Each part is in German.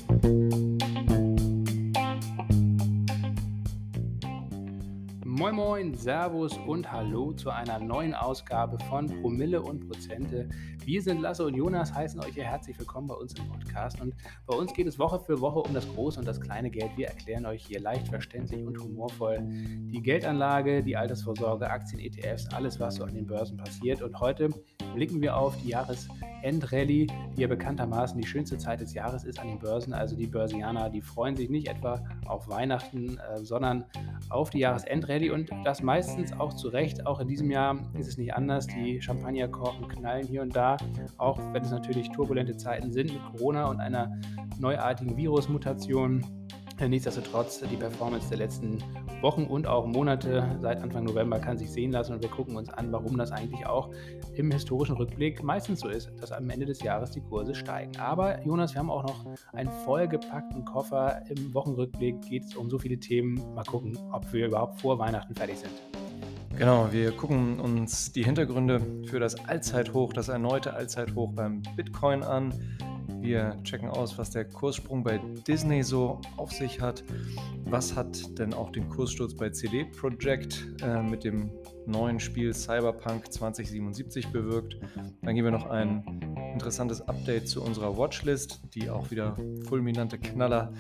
Moin Moin, Servus und Hallo zu einer neuen Ausgabe von Promille und Prozente. Wir sind Lasse und Jonas, heißen euch hier herzlich willkommen bei uns im Podcast und bei uns geht es Woche für Woche um das große und das kleine Geld. Wir erklären euch hier leicht verständlich und humorvoll die Geldanlage, die Altersvorsorge, Aktien, ETFs, alles was so an den Börsen passiert. Und heute blicken wir auf die Jahresendrallye, die ja bekanntermaßen die schönste Zeit des Jahres ist an den Börsen. Also die Börsianer, die freuen sich nicht etwa auf Weihnachten, sondern auf die Jahresendrallye und das meistens auch zu Recht. Auch in diesem Jahr ist es nicht anders. Die Champagnerkorken knallen hier und da, auch wenn es natürlich turbulente Zeiten sind mit Corona und einer neuartigen Virusmutation. Nichtsdestotrotz, die Performance der letzten Wochen und auch Monate seit Anfang November kann sich sehen lassen und wir gucken uns an, warum das eigentlich auch im historischen Rückblick meistens so ist, dass am Ende des Jahres die Kurse steigen. Aber Jonas, wir haben auch noch einen vollgepackten Koffer. Im Wochenrückblick geht es um so viele Themen. Mal gucken, ob wir überhaupt vor Weihnachten fertig sind. Genau, wir gucken uns die Hintergründe für das Allzeithoch, das erneute Allzeithoch beim Bitcoin an. Wir checken aus, was der Kurssprung bei Disney so auf sich hat. Was hat denn auch den Kurssturz bei CD Projekt mit dem neuen Spiel Cyberpunk 2077 bewirkt? Dann geben wir noch ein interessantes Update zu unserer Watchlist, die auch wieder fulminante Knaller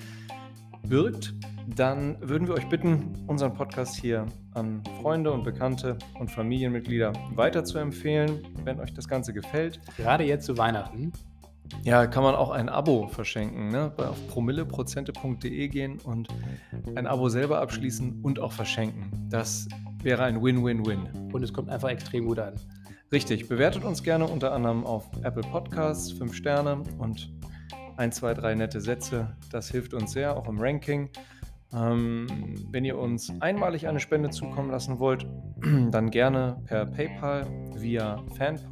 birgt. Dann würden wir euch bitten, unseren Podcast hier an Freunde und Bekannte und Familienmitglieder weiterzuempfehlen, wenn euch das Ganze gefällt. Gerade jetzt zu Weihnachten. Ja, kann man auch ein Abo verschenken, ne? Auf promilleprozente.de gehen und ein Abo selber abschließen und auch verschenken. Das wäre ein Win-Win-Win. Und es kommt einfach extrem gut an. Richtig, bewertet uns gerne unter anderem auf Apple Podcasts, 5 Sterne und 1, 2, 3 nette Sätze. Das hilft uns sehr, auch im Ranking. Wenn ihr uns einmalig eine Spende zukommen lassen wollt, dann gerne per PayPal via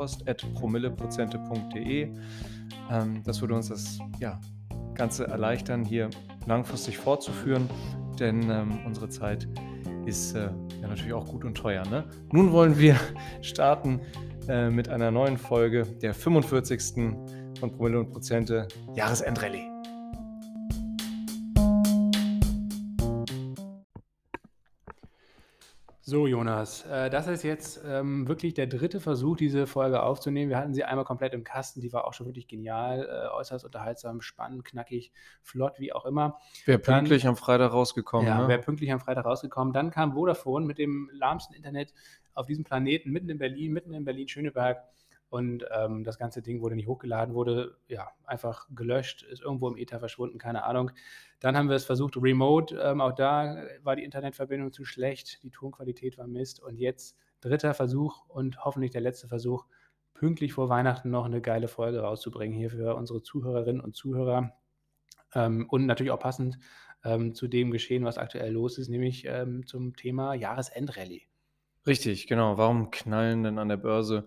fanpost@promilleprozente.de. Das würde uns das Ganze erleichtern, hier langfristig fortzuführen, denn unsere Zeit ist natürlich auch gut und teuer. Ne? Nun wollen wir starten mit einer neuen Folge, der 45. von Promille und Prozente Jahresendrallye. So, Jonas, das ist jetzt wirklich der dritte Versuch, diese Folge aufzunehmen. Wir hatten sie einmal komplett im Kasten, die war auch schon wirklich genial, äußerst unterhaltsam, spannend, knackig, flott, wie auch immer. Wäre pünktlich am Freitag rausgekommen. Ja, wäre pünktlich am Freitag rausgekommen. Dann kam Vodafone mit dem lahmsten Internet auf diesem Planeten, mitten in Berlin-Schöneberg. Und das ganze Ding wurde nicht hochgeladen, wurde einfach gelöscht, ist irgendwo im Äther verschwunden, keine Ahnung. Dann haben wir es versucht remote, auch da war die Internetverbindung zu schlecht, die Tonqualität war Mist. Und jetzt dritter Versuch und hoffentlich der letzte Versuch, pünktlich vor Weihnachten noch eine geile Folge rauszubringen hier für unsere Zuhörerinnen und Zuhörer. Und natürlich auch passend zu dem Geschehen, was aktuell los ist, nämlich zum Thema Jahresendrallye. Richtig, genau. Warum knallen denn an der Börse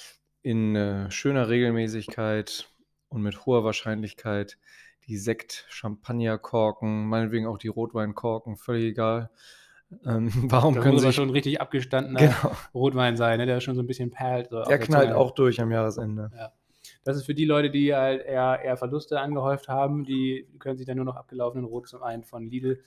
in schöner Regelmäßigkeit und mit hoher Wahrscheinlichkeit die Sekt-Champagnerkorken, meinetwegen auch die Rotweinkorken, völlig egal. Warum können muss aber sich schon richtig abgestandener Rotwein sein, ne? Der schon so ein bisschen perlt. So der knallt auch durch am Jahresende. Ja. Das ist für die Leute, die halt eher Verluste angehäuft haben, die können sich dann nur noch abgelaufenen Rotwein von Lidl,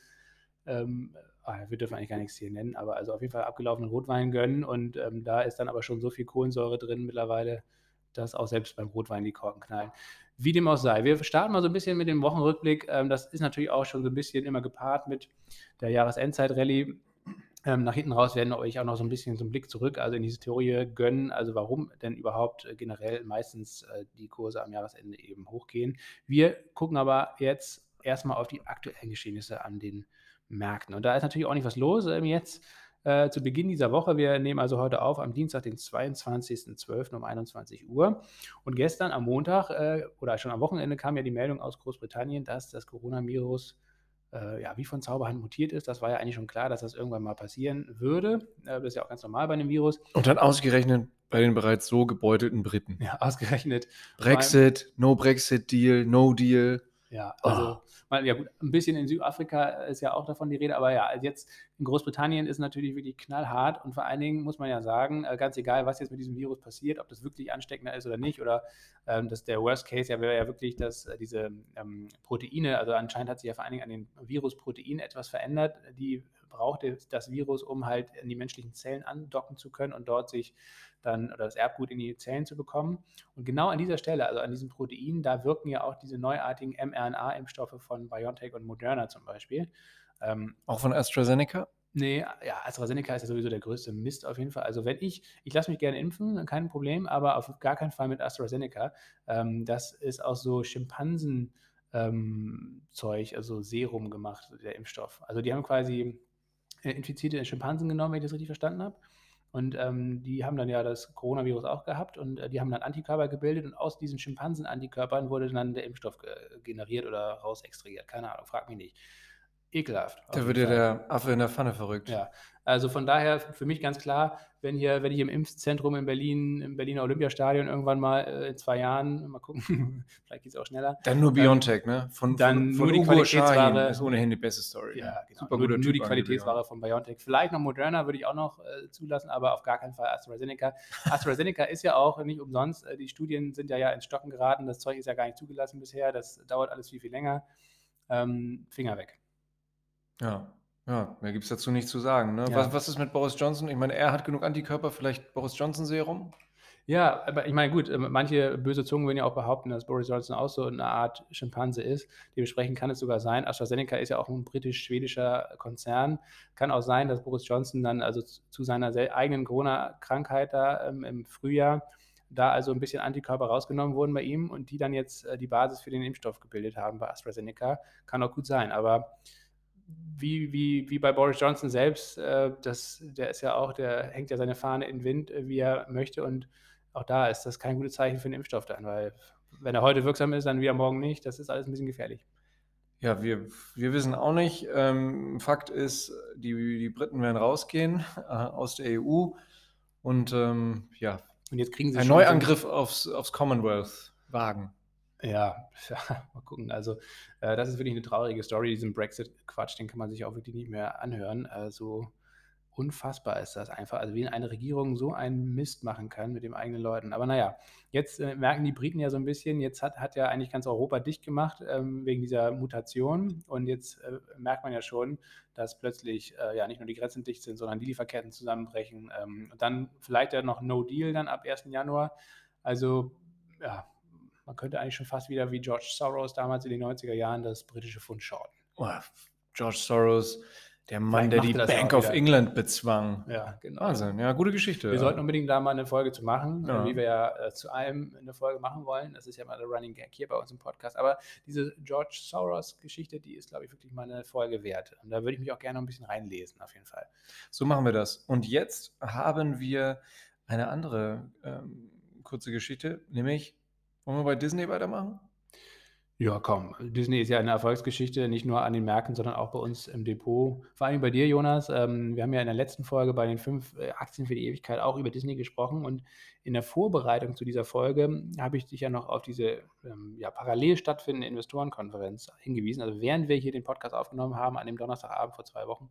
wir dürfen eigentlich gar nichts hier nennen, aber also auf jeden Fall abgelaufenen Rotwein gönnen und da ist dann aber schon so viel Kohlensäure drin mittlerweile, dass auch selbst beim Rotwein die Korken knallen. Wie dem auch sei. Wir starten mal so ein bisschen mit dem Wochenrückblick. Das ist natürlich auch schon so ein bisschen immer gepaart mit der Jahresendzeit-Rallye. Nach hinten raus werden wir euch auch noch so ein bisschen so einen Blick zurück, also in die Historie gönnen, also warum denn überhaupt generell meistens die Kurse am Jahresende eben hochgehen. Wir gucken aber jetzt erstmal auf die aktuellen Geschehnisse an den Märkten. Und da ist natürlich auch nicht was los jetzt zu Beginn dieser Woche. Wir nehmen also heute auf am Dienstag, den 22.12. um 21 Uhr. Und gestern am Montag oder schon am Wochenende kam ja die Meldung aus Großbritannien, dass das Coronavirus wie von Zauberhand mutiert ist. Das war ja eigentlich schon klar, dass das irgendwann mal passieren würde. Das ist ja auch ganz normal bei einem Virus. Und dann ausgerechnet bei den bereits so gebeutelten Briten. Ja, ausgerechnet. Brexit, No Brexit Deal, No Deal. Ja, Oh, also, ja gut, ein bisschen in Südafrika ist ja auch davon die Rede, aber ja, also jetzt in Großbritannien ist natürlich wirklich knallhart und vor allen Dingen muss man ja sagen, ganz egal, was jetzt mit diesem Virus passiert, ob das wirklich ansteckender ist oder nicht oder, dass der Worst Case ja wäre ja wirklich, dass, diese, Proteine also anscheinend hat sich ja vor allen Dingen an den Virusproteinen etwas verändert. Die braucht das Virus, um halt in die menschlichen Zellen andocken zu können und dort sich dann oder das Erbgut in die Zellen zu bekommen. Und genau an dieser Stelle, also an diesem Protein, da wirken ja auch diese neuartigen mRNA-Impfstoffe von BioNTech und Moderna zum Beispiel. Ähm, auch von AstraZeneca? ne, ja, AstraZeneca ist ja sowieso der größte Mist auf jeden Fall. Also wenn ich lasse mich gerne impfen, kein Problem, aber auf gar keinen Fall mit AstraZeneca. Das ist aus so Schimpansen Zeug, also Serum gemacht, der Impfstoff. Also die haben quasi infizierte Schimpansen genommen, wenn ich das richtig verstanden habe. Und die haben dann ja das Coronavirus auch gehabt und die haben dann Antikörper gebildet und aus diesen Schimpansen-Antikörpern wurde dann der Impfstoff generiert oder rausextrahiert. Keine Ahnung, frag mich nicht. Ekelhaft, auf Da jeden wird ja Fall. der Affe in der Pfanne verrückt. Ja, also von daher für mich ganz klar, wenn ich im Impfzentrum in Berlin, im Berliner Olympiastadion irgendwann mal in 2 Jahren, mal gucken, vielleicht geht es auch schneller, Dann nur ähm, BioNTech, ne? Von, von, dann von nur die Ugo Shahin ist Qualitätsware ohnehin die beste Story, ne? ja, genau. Super Nur guter nur Typ die angeblich auch. Qualitätsware von BioNTech. Vielleicht noch Moderna würde ich auch noch, zulassen, aber auf gar keinen Fall AstraZeneca. AstraZeneca ist ja auch nicht umsonst. Die Studien sind ja ins Stocken geraten. Das Zeug ist ja gar nicht zugelassen bisher. Das dauert alles viel, viel länger. Finger weg. Ja, ja, mehr gibt's dazu nicht zu sagen, ne? Was, Ja. was ist mit Boris Johnson? Ich meine, er hat genug Antikörper, vielleicht Boris Johnson Serum? Ja, aber ich meine, gut, manche böse Zungen würden ja auch behaupten, dass Boris Johnson auch so eine Art Schimpanse ist. Dementsprechend kann es sogar sein. AstraZeneca ist ja auch ein britisch-schwedischer Konzern. Kann auch sein, dass Boris Johnson dann also zu seiner eigenen Corona-Krankheit da im Frühjahr da also ein bisschen Antikörper rausgenommen wurden bei ihm und die dann jetzt die Basis für den Impfstoff gebildet haben bei AstraZeneca. Kann auch gut sein. Aber wie bei Boris Johnson selbst, der ist ja auch, der hängt ja seine Fahne in den Wind, wie er möchte. Und auch da ist das kein gutes Zeichen für einen Impfstoff dann, weil wenn er heute wirksam ist, dann wieder morgen nicht. Das ist alles ein bisschen gefährlich. Ja, wir wissen auch nicht. Fakt ist, die Briten werden rausgehen aus der EU und ja, Und jetzt kriegen sie einen schon so ein, Neuangriff aufs Commonwealth wagen. ja, ja, mal gucken. Also, das ist wirklich eine traurige Story. Diesen Brexit-Quatsch, den kann man sich auch wirklich nicht mehr anhören. Also unfassbar ist das einfach. Also, wie eine Regierung so einen Mist machen kann mit den eigenen Leuten. Aber naja, jetzt merken die Briten ja so ein bisschen, jetzt hat ja eigentlich ganz Europa dicht gemacht wegen dieser Mutation. Und jetzt merkt man ja schon, dass plötzlich ja nicht nur die Grenzen dicht sind, sondern die Lieferketten zusammenbrechen. Und dann vielleicht ja noch No Deal dann ab 1. Januar. Also, ja, man könnte eigentlich schon fast wieder wie George Soros damals in den 90er Jahren das britische Pfund shorten. Oh, George Soros, der Mann, Vielleicht der die macht er das ja auch Bank of wieder. England bezwang. Ja, genau. Wahnsinn, ja, gute Wir sollten Geschichte. unbedingt da mal eine Folge zu machen, wie Ja. wir ja zu allem eine Folge machen wollen. Das ist ja mal der Running Gag hier bei uns im Podcast. Aber diese George Soros-Geschichte, die ist, glaube ich, wirklich mal eine Folge wert. Und da würde ich mich auch gerne noch ein bisschen reinlesen, auf jeden Fall. So machen wir das. Und jetzt haben wir eine andere kurze Geschichte, nämlich, wollen wir bei Disney weitermachen? Ja, komm, Disney ist ja eine Erfolgsgeschichte, nicht nur an den Märkten, sondern auch bei uns im Depot. Vor allem bei dir, Jonas. Wir haben ja in der letzten Folge bei den 5 Aktien für die Ewigkeit auch über Disney gesprochen und in der Vorbereitung zu dieser Folge habe ich dich ja noch auf diese ja, parallel stattfindende Investorenkonferenz hingewiesen. Also während wir hier den Podcast aufgenommen haben, an dem Donnerstagabend vor 2 Wochen,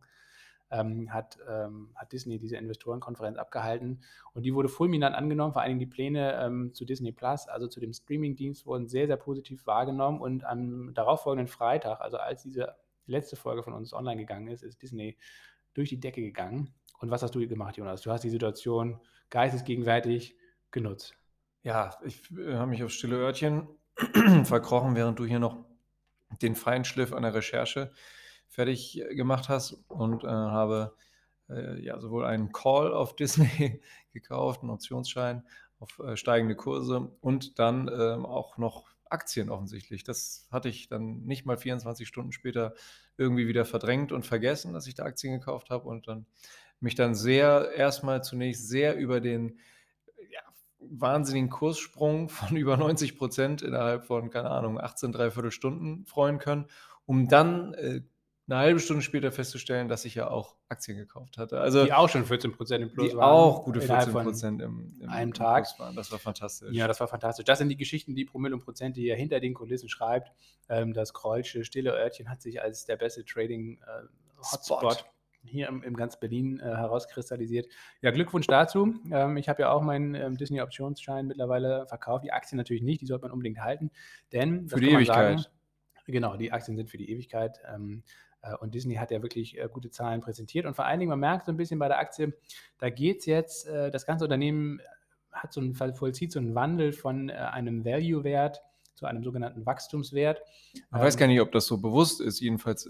hat Disney diese Investorenkonferenz abgehalten und die wurde fulminant angenommen. Vor allen Dingen die Pläne zu Disney Plus, also zu dem Streamingdienst, wurden sehr, sehr positiv wahrgenommen und am darauffolgenden Freitag, also als diese letzte Folge von uns online gegangen ist, ist Disney durch die Decke gegangen. Und was hast du gemacht, Jonas? Du hast die Situation geistesgegenwärtig genutzt. Ja, ich habe mich aufs stille Örtchen verkrochen, während du hier noch den Feinschliff an der Recherche fertig gemacht hast und habe ja sowohl einen Call auf Disney gekauft, einen Optionsschein auf steigende Kurse und dann auch noch Aktien offensichtlich. Das hatte ich dann nicht mal 24 Stunden später irgendwie wieder verdrängt und vergessen, dass ich da Aktien gekauft habe und dann mich dann erstmal zunächst sehr über den ja, wahnsinnigen Kurssprung von über 90% innerhalb von, keine Ahnung, 18 Stunden freuen können, um dann eine halbe Stunde später festzustellen, dass ich ja auch Aktien gekauft hatte. Also, Die auch schon 14% im Plus die waren auch gute innerhalb 14 von einem im Tag. Plus waren. Das war Ja, fantastisch. das war fantastisch. Das sind die Geschichten, die Promille und Prozente hier hinter den Kulissen schreibt. Das Kreuzsche stille Örtchen hat sich als der beste Trading Spot. Hotspot hier im ganz Berlin herauskristallisiert. Ja, Glückwunsch dazu. Ich habe ja auch meinen Disney-Optionsschein mittlerweile verkauft. Die Aktien natürlich nicht, die sollte man unbedingt halten, denn, Für das die kann man sagen, Ewigkeit. genau, die Aktien sind für die Ewigkeit. Und Disney hat ja wirklich gute Zahlen präsentiert. Und vor allen Dingen, man merkt so ein bisschen bei der Aktie, da geht es jetzt, das ganze Unternehmen hat vollzieht so einen Wandel von einem Value-Wert zu einem sogenannten Wachstumswert. Man weiß gar nicht, ob das so bewusst ist. Jedenfalls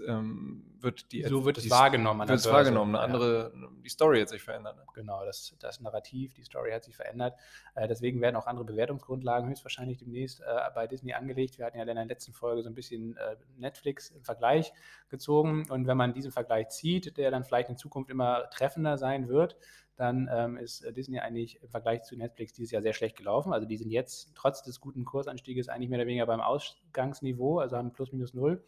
So wird es wahrgenommen an der wird es Börse. wahrgenommen. Die Story hat sich verändert. Ne? Genau, das Narrativ, die Story hat sich verändert. Deswegen werden auch andere Bewertungsgrundlagen höchstwahrscheinlich demnächst bei Disney angelegt. Wir hatten ja in der letzten Folge so ein bisschen Netflix im Vergleich gezogen. Und wenn man diesen Vergleich zieht, der dann vielleicht in Zukunft immer treffender sein wird, dann ist Disney eigentlich im Vergleich zu Netflix dieses Jahr sehr schlecht gelaufen. Also die sind jetzt trotz des guten Kursanstieges eigentlich mehr oder weniger beim Ausgangsniveau, also haben plus minus null.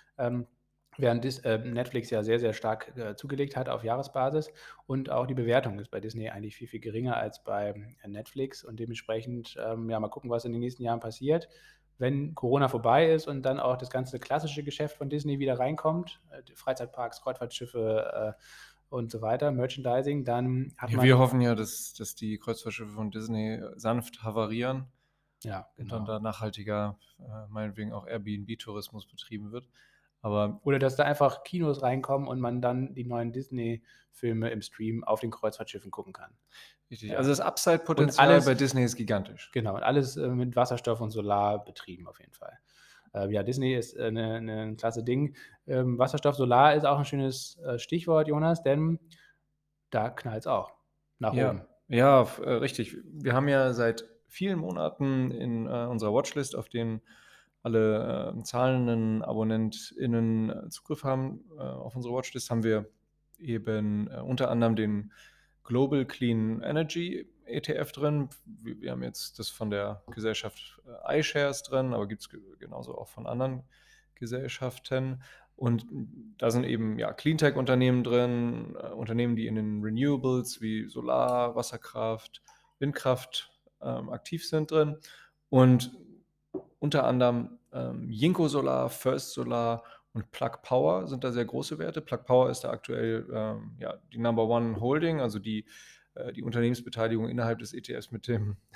Während Netflix ja sehr, sehr stark zugelegt hat auf Jahresbasis. Und auch die Bewertung ist bei Disney eigentlich viel, viel geringer als bei Netflix. Und dementsprechend, ja, mal gucken, was in den nächsten Jahren passiert. Wenn Corona vorbei ist und dann auch das ganze klassische Geschäft von Disney wieder reinkommt, die Freizeitparks, Kreuzfahrtschiffe und so weiter, Merchandising, dann hat man... Wir hoffen ja, dass die Kreuzfahrtschiffe von Disney sanft havarieren Ja, und dann genau. da nachhaltiger, meinetwegen auch Airbnb-Tourismus betrieben wird. Aber Oder dass da einfach Kinos reinkommen und man dann die neuen Disney-Filme im Stream auf den Kreuzfahrtschiffen gucken kann. richtig, Ja. also das Und Upside-Potenzial alles, bei Disney ist gigantisch. genau, und alles mit Wasserstoff und Solar betrieben auf jeden Fall. Ja, Disney ist ein klasse Ding. Wasserstoff, Solar ist auch ein schönes Stichwort, Jonas, denn da knallt es auch nach oben. Ja, richtig. Wir haben ja seit vielen Monaten in unserer Watchlist, auf denen alle zahlenden AbonnentInnen Zugriff haben auf unsere Watchlist, haben wir eben unter anderem den Global Clean Energy ETF drin. Wir haben jetzt das von der Gesellschaft iShares drin, aber gibt es genauso auch von anderen Gesellschaften. Und da sind eben Cleantech-Unternehmen drin, Unternehmen, die in den Renewables wie Solar, Wasserkraft, Windkraft aktiv sind drin. Und unter anderem Jinko Solar, First Solar und Plug Power sind da sehr große Werte. Plug Power ist da aktuell die Number One Holding, also die Unternehmensbeteiligung innerhalb des ETFs mit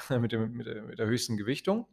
der höchsten Gewichtung.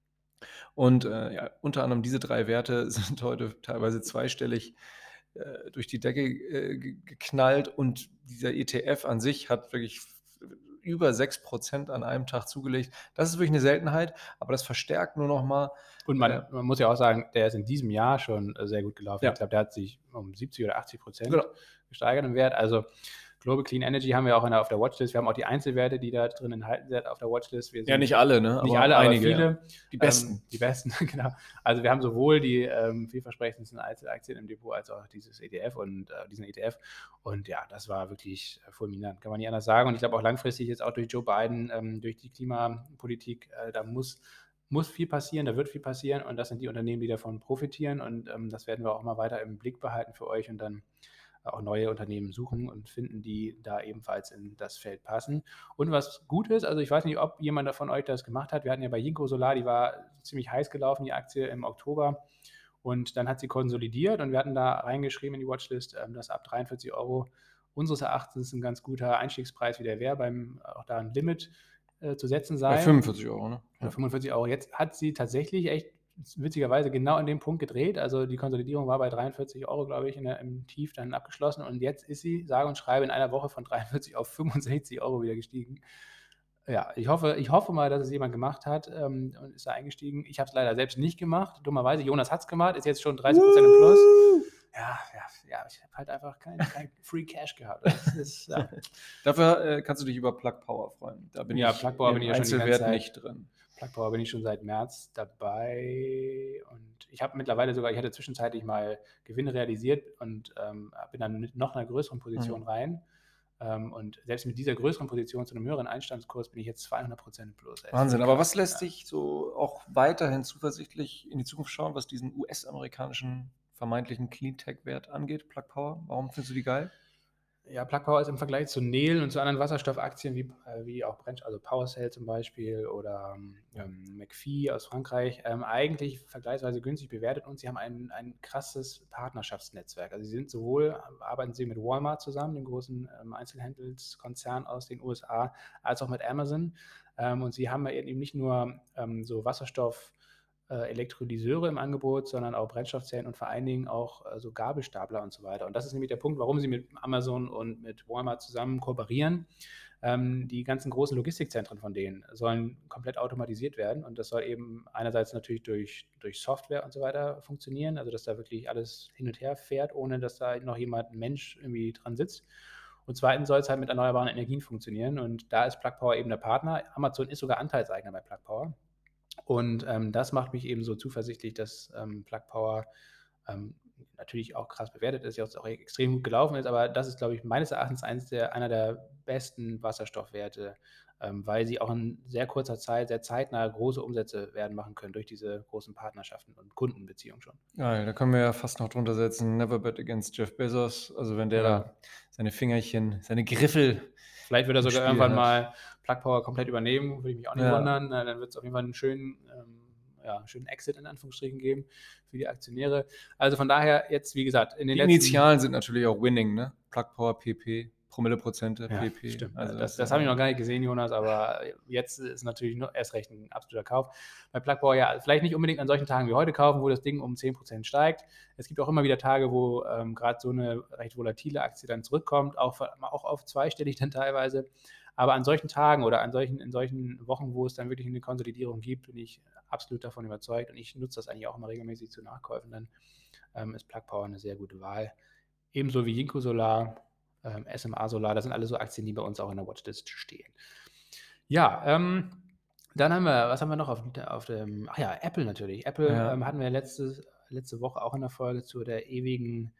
Und unter anderem diese 3 Werte sind heute teilweise zweistellig durch die Decke geknallt, und dieser ETF an sich hat wirklich über 6% an einem Tag zugelegt. Das ist wirklich eine Seltenheit, aber das verstärkt nur noch mal. Und man muss ja auch sagen, der ist in diesem Jahr schon sehr gut gelaufen. Ja. Ich glaube, der hat sich um 70 oder 80% Genau. gesteigert im Wert. Also Global Clean Energy haben wir auch auf der Watchlist. Wir haben auch die Einzelwerte, die da drin enthalten sind, auf der Watchlist. Ja, nicht alle, ne? Nicht alle, aber einige, viele. ja. Die besten. Die besten, genau. Also wir haben sowohl die vielversprechendsten Einzelaktien im Depot als auch dieses ETF und diesen ETF. Und ja, das war wirklich fulminant, kann man nicht anders sagen. Und ich glaube auch langfristig jetzt auch durch Joe Biden, durch die Klimapolitik, da muss viel passieren, da wird viel passieren, und das sind die Unternehmen, die davon profitieren, und das werden wir auch mal weiter im Blick behalten für euch und dann auch neue Unternehmen suchen und finden, die da ebenfalls in das Feld passen. Und was gut ist, also ich weiß nicht, ob jemand von euch das gemacht hat, wir hatten ja bei Jinko Solar, die war ziemlich heiß gelaufen, die Aktie im Oktober, und dann hat sie konsolidiert, und wir hatten da reingeschrieben in die Watchlist, dass ab 43 Euro unseres Erachtens ein ganz guter Einstiegspreis wieder wäre, beim auch da ein Limit zu setzen sei. Bei 45 Euro, ne? Ja. 45 Euro. Jetzt hat sie tatsächlich echt witzigerweise genau an dem Punkt gedreht. Also die Konsolidierung war bei 43 Euro, glaube ich, im Tief dann abgeschlossen. Und jetzt ist sie, sage und schreibe, in einer Woche von 43 auf 65 Euro wieder gestiegen. Ja, ich hoffe mal, dass es jemand gemacht hat und ist da eingestiegen. Ich habe es leider selbst nicht gemacht. Dummerweise, Jonas hat es gemacht, ist jetzt schon 30% im Plus. Ja, ich habe halt einfach kein Free Cash gehabt. Das ist, ja. Dafür kannst du dich über Plug Power freuen. Da bin ich Plug Power bin ich ja schon die ganze Einzelwert Zeit nicht drin. Plug Power bin ich schon seit März dabei, und ich habe mittlerweile sogar, ich hatte zwischenzeitlich mal Gewinne realisiert und bin dann mit noch einer größeren Position rein. Und selbst mit dieser größeren Position zu einem höheren Einstandskurs bin ich jetzt 200% plus. Wahnsinn, aber was lässt dich so auch weiterhin zuversichtlich in die Zukunft schauen, was diesen US-amerikanischen vermeintlichen Cleantech-Wert angeht, Plug Power? Warum findest du die geil? Ja, Plug Power ist im Vergleich zu Nel und zu anderen Wasserstoffaktien wie auch also PowerCell zum Beispiel oder McPhee aus Frankreich eigentlich vergleichsweise günstig bewertet und sie haben ein krasses Partnerschaftsnetzwerk. Also arbeiten sie mit Walmart zusammen, dem großen Einzelhandelskonzern aus den USA, als auch mit Amazon. Und sie haben eben nicht nur so Wasserstoff Elektrolyseure im Angebot, sondern auch Brennstoffzellen und vor allen Dingen auch so Gabelstapler und so weiter. Und das ist nämlich der Punkt, warum sie mit Amazon und mit Walmart zusammen kooperieren. Die ganzen großen Logistikzentren von denen sollen komplett automatisiert werden und das soll eben einerseits natürlich durch Software und so weiter funktionieren, also dass da wirklich alles hin und her fährt, ohne dass da noch ein Mensch irgendwie dran sitzt. Und zweitens soll es halt mit erneuerbaren Energien funktionieren und da ist Plug Power eben der Partner. Amazon ist sogar Anteilseigner bei Plug Power. Und das macht mich eben so zuversichtlich, dass Plug Power natürlich auch krass bewertet ist, jetzt auch extrem gut gelaufen ist, aber das ist, glaube ich, meines Erachtens einer der besten Wasserstoffwerte, weil sie auch in sehr kurzer Zeit, sehr zeitnah große Umsätze werden machen können durch diese großen Partnerschaften und Kundenbeziehungen schon. Ja, da können wir ja fast noch drunter setzen, never bet against Jeff Bezos. Also wenn der da seine Fingerchen, seine Griffel vielleicht wird er im sogar Spiel irgendwann hat. mal Plug Power komplett übernehmen, würde ich mich auch nicht Ja. wundern. Dann wird es auf jeden Fall einen schönen Exit in Anführungsstrichen geben für die Aktionäre. Also von daher jetzt, wie gesagt, in den Die letzten... Initialen sind natürlich auch Winning, ne? Plug Power PP, Promilleprozente Ja, PP. stimmt. Also das habe ich noch gar nicht gesehen, Jonas, aber jetzt ist natürlich nur erst recht ein absoluter Kauf. Bei Plug Power ja vielleicht nicht unbedingt an solchen Tagen wie heute kaufen, wo das Ding um 10% steigt. Es gibt auch immer wieder Tage, wo gerade so eine recht volatile Aktie dann zurückkommt, auch auf zweistellig dann teilweise. Aber an solchen Tagen oder in solchen Wochen, wo es dann wirklich eine Konsolidierung gibt, bin ich absolut davon überzeugt und ich nutze das eigentlich auch immer regelmäßig zu Nachkäufen, dann ist Plug Power eine sehr gute Wahl. Ebenso wie Jinko Solar, SMA Solar, das sind alles so Aktien, die bei uns auch in der Watchlist stehen. Ja, dann was haben wir noch auf dem, ach ja, Apple natürlich. Apple hatten wir letzte Woche auch in der Folge zu den ewigen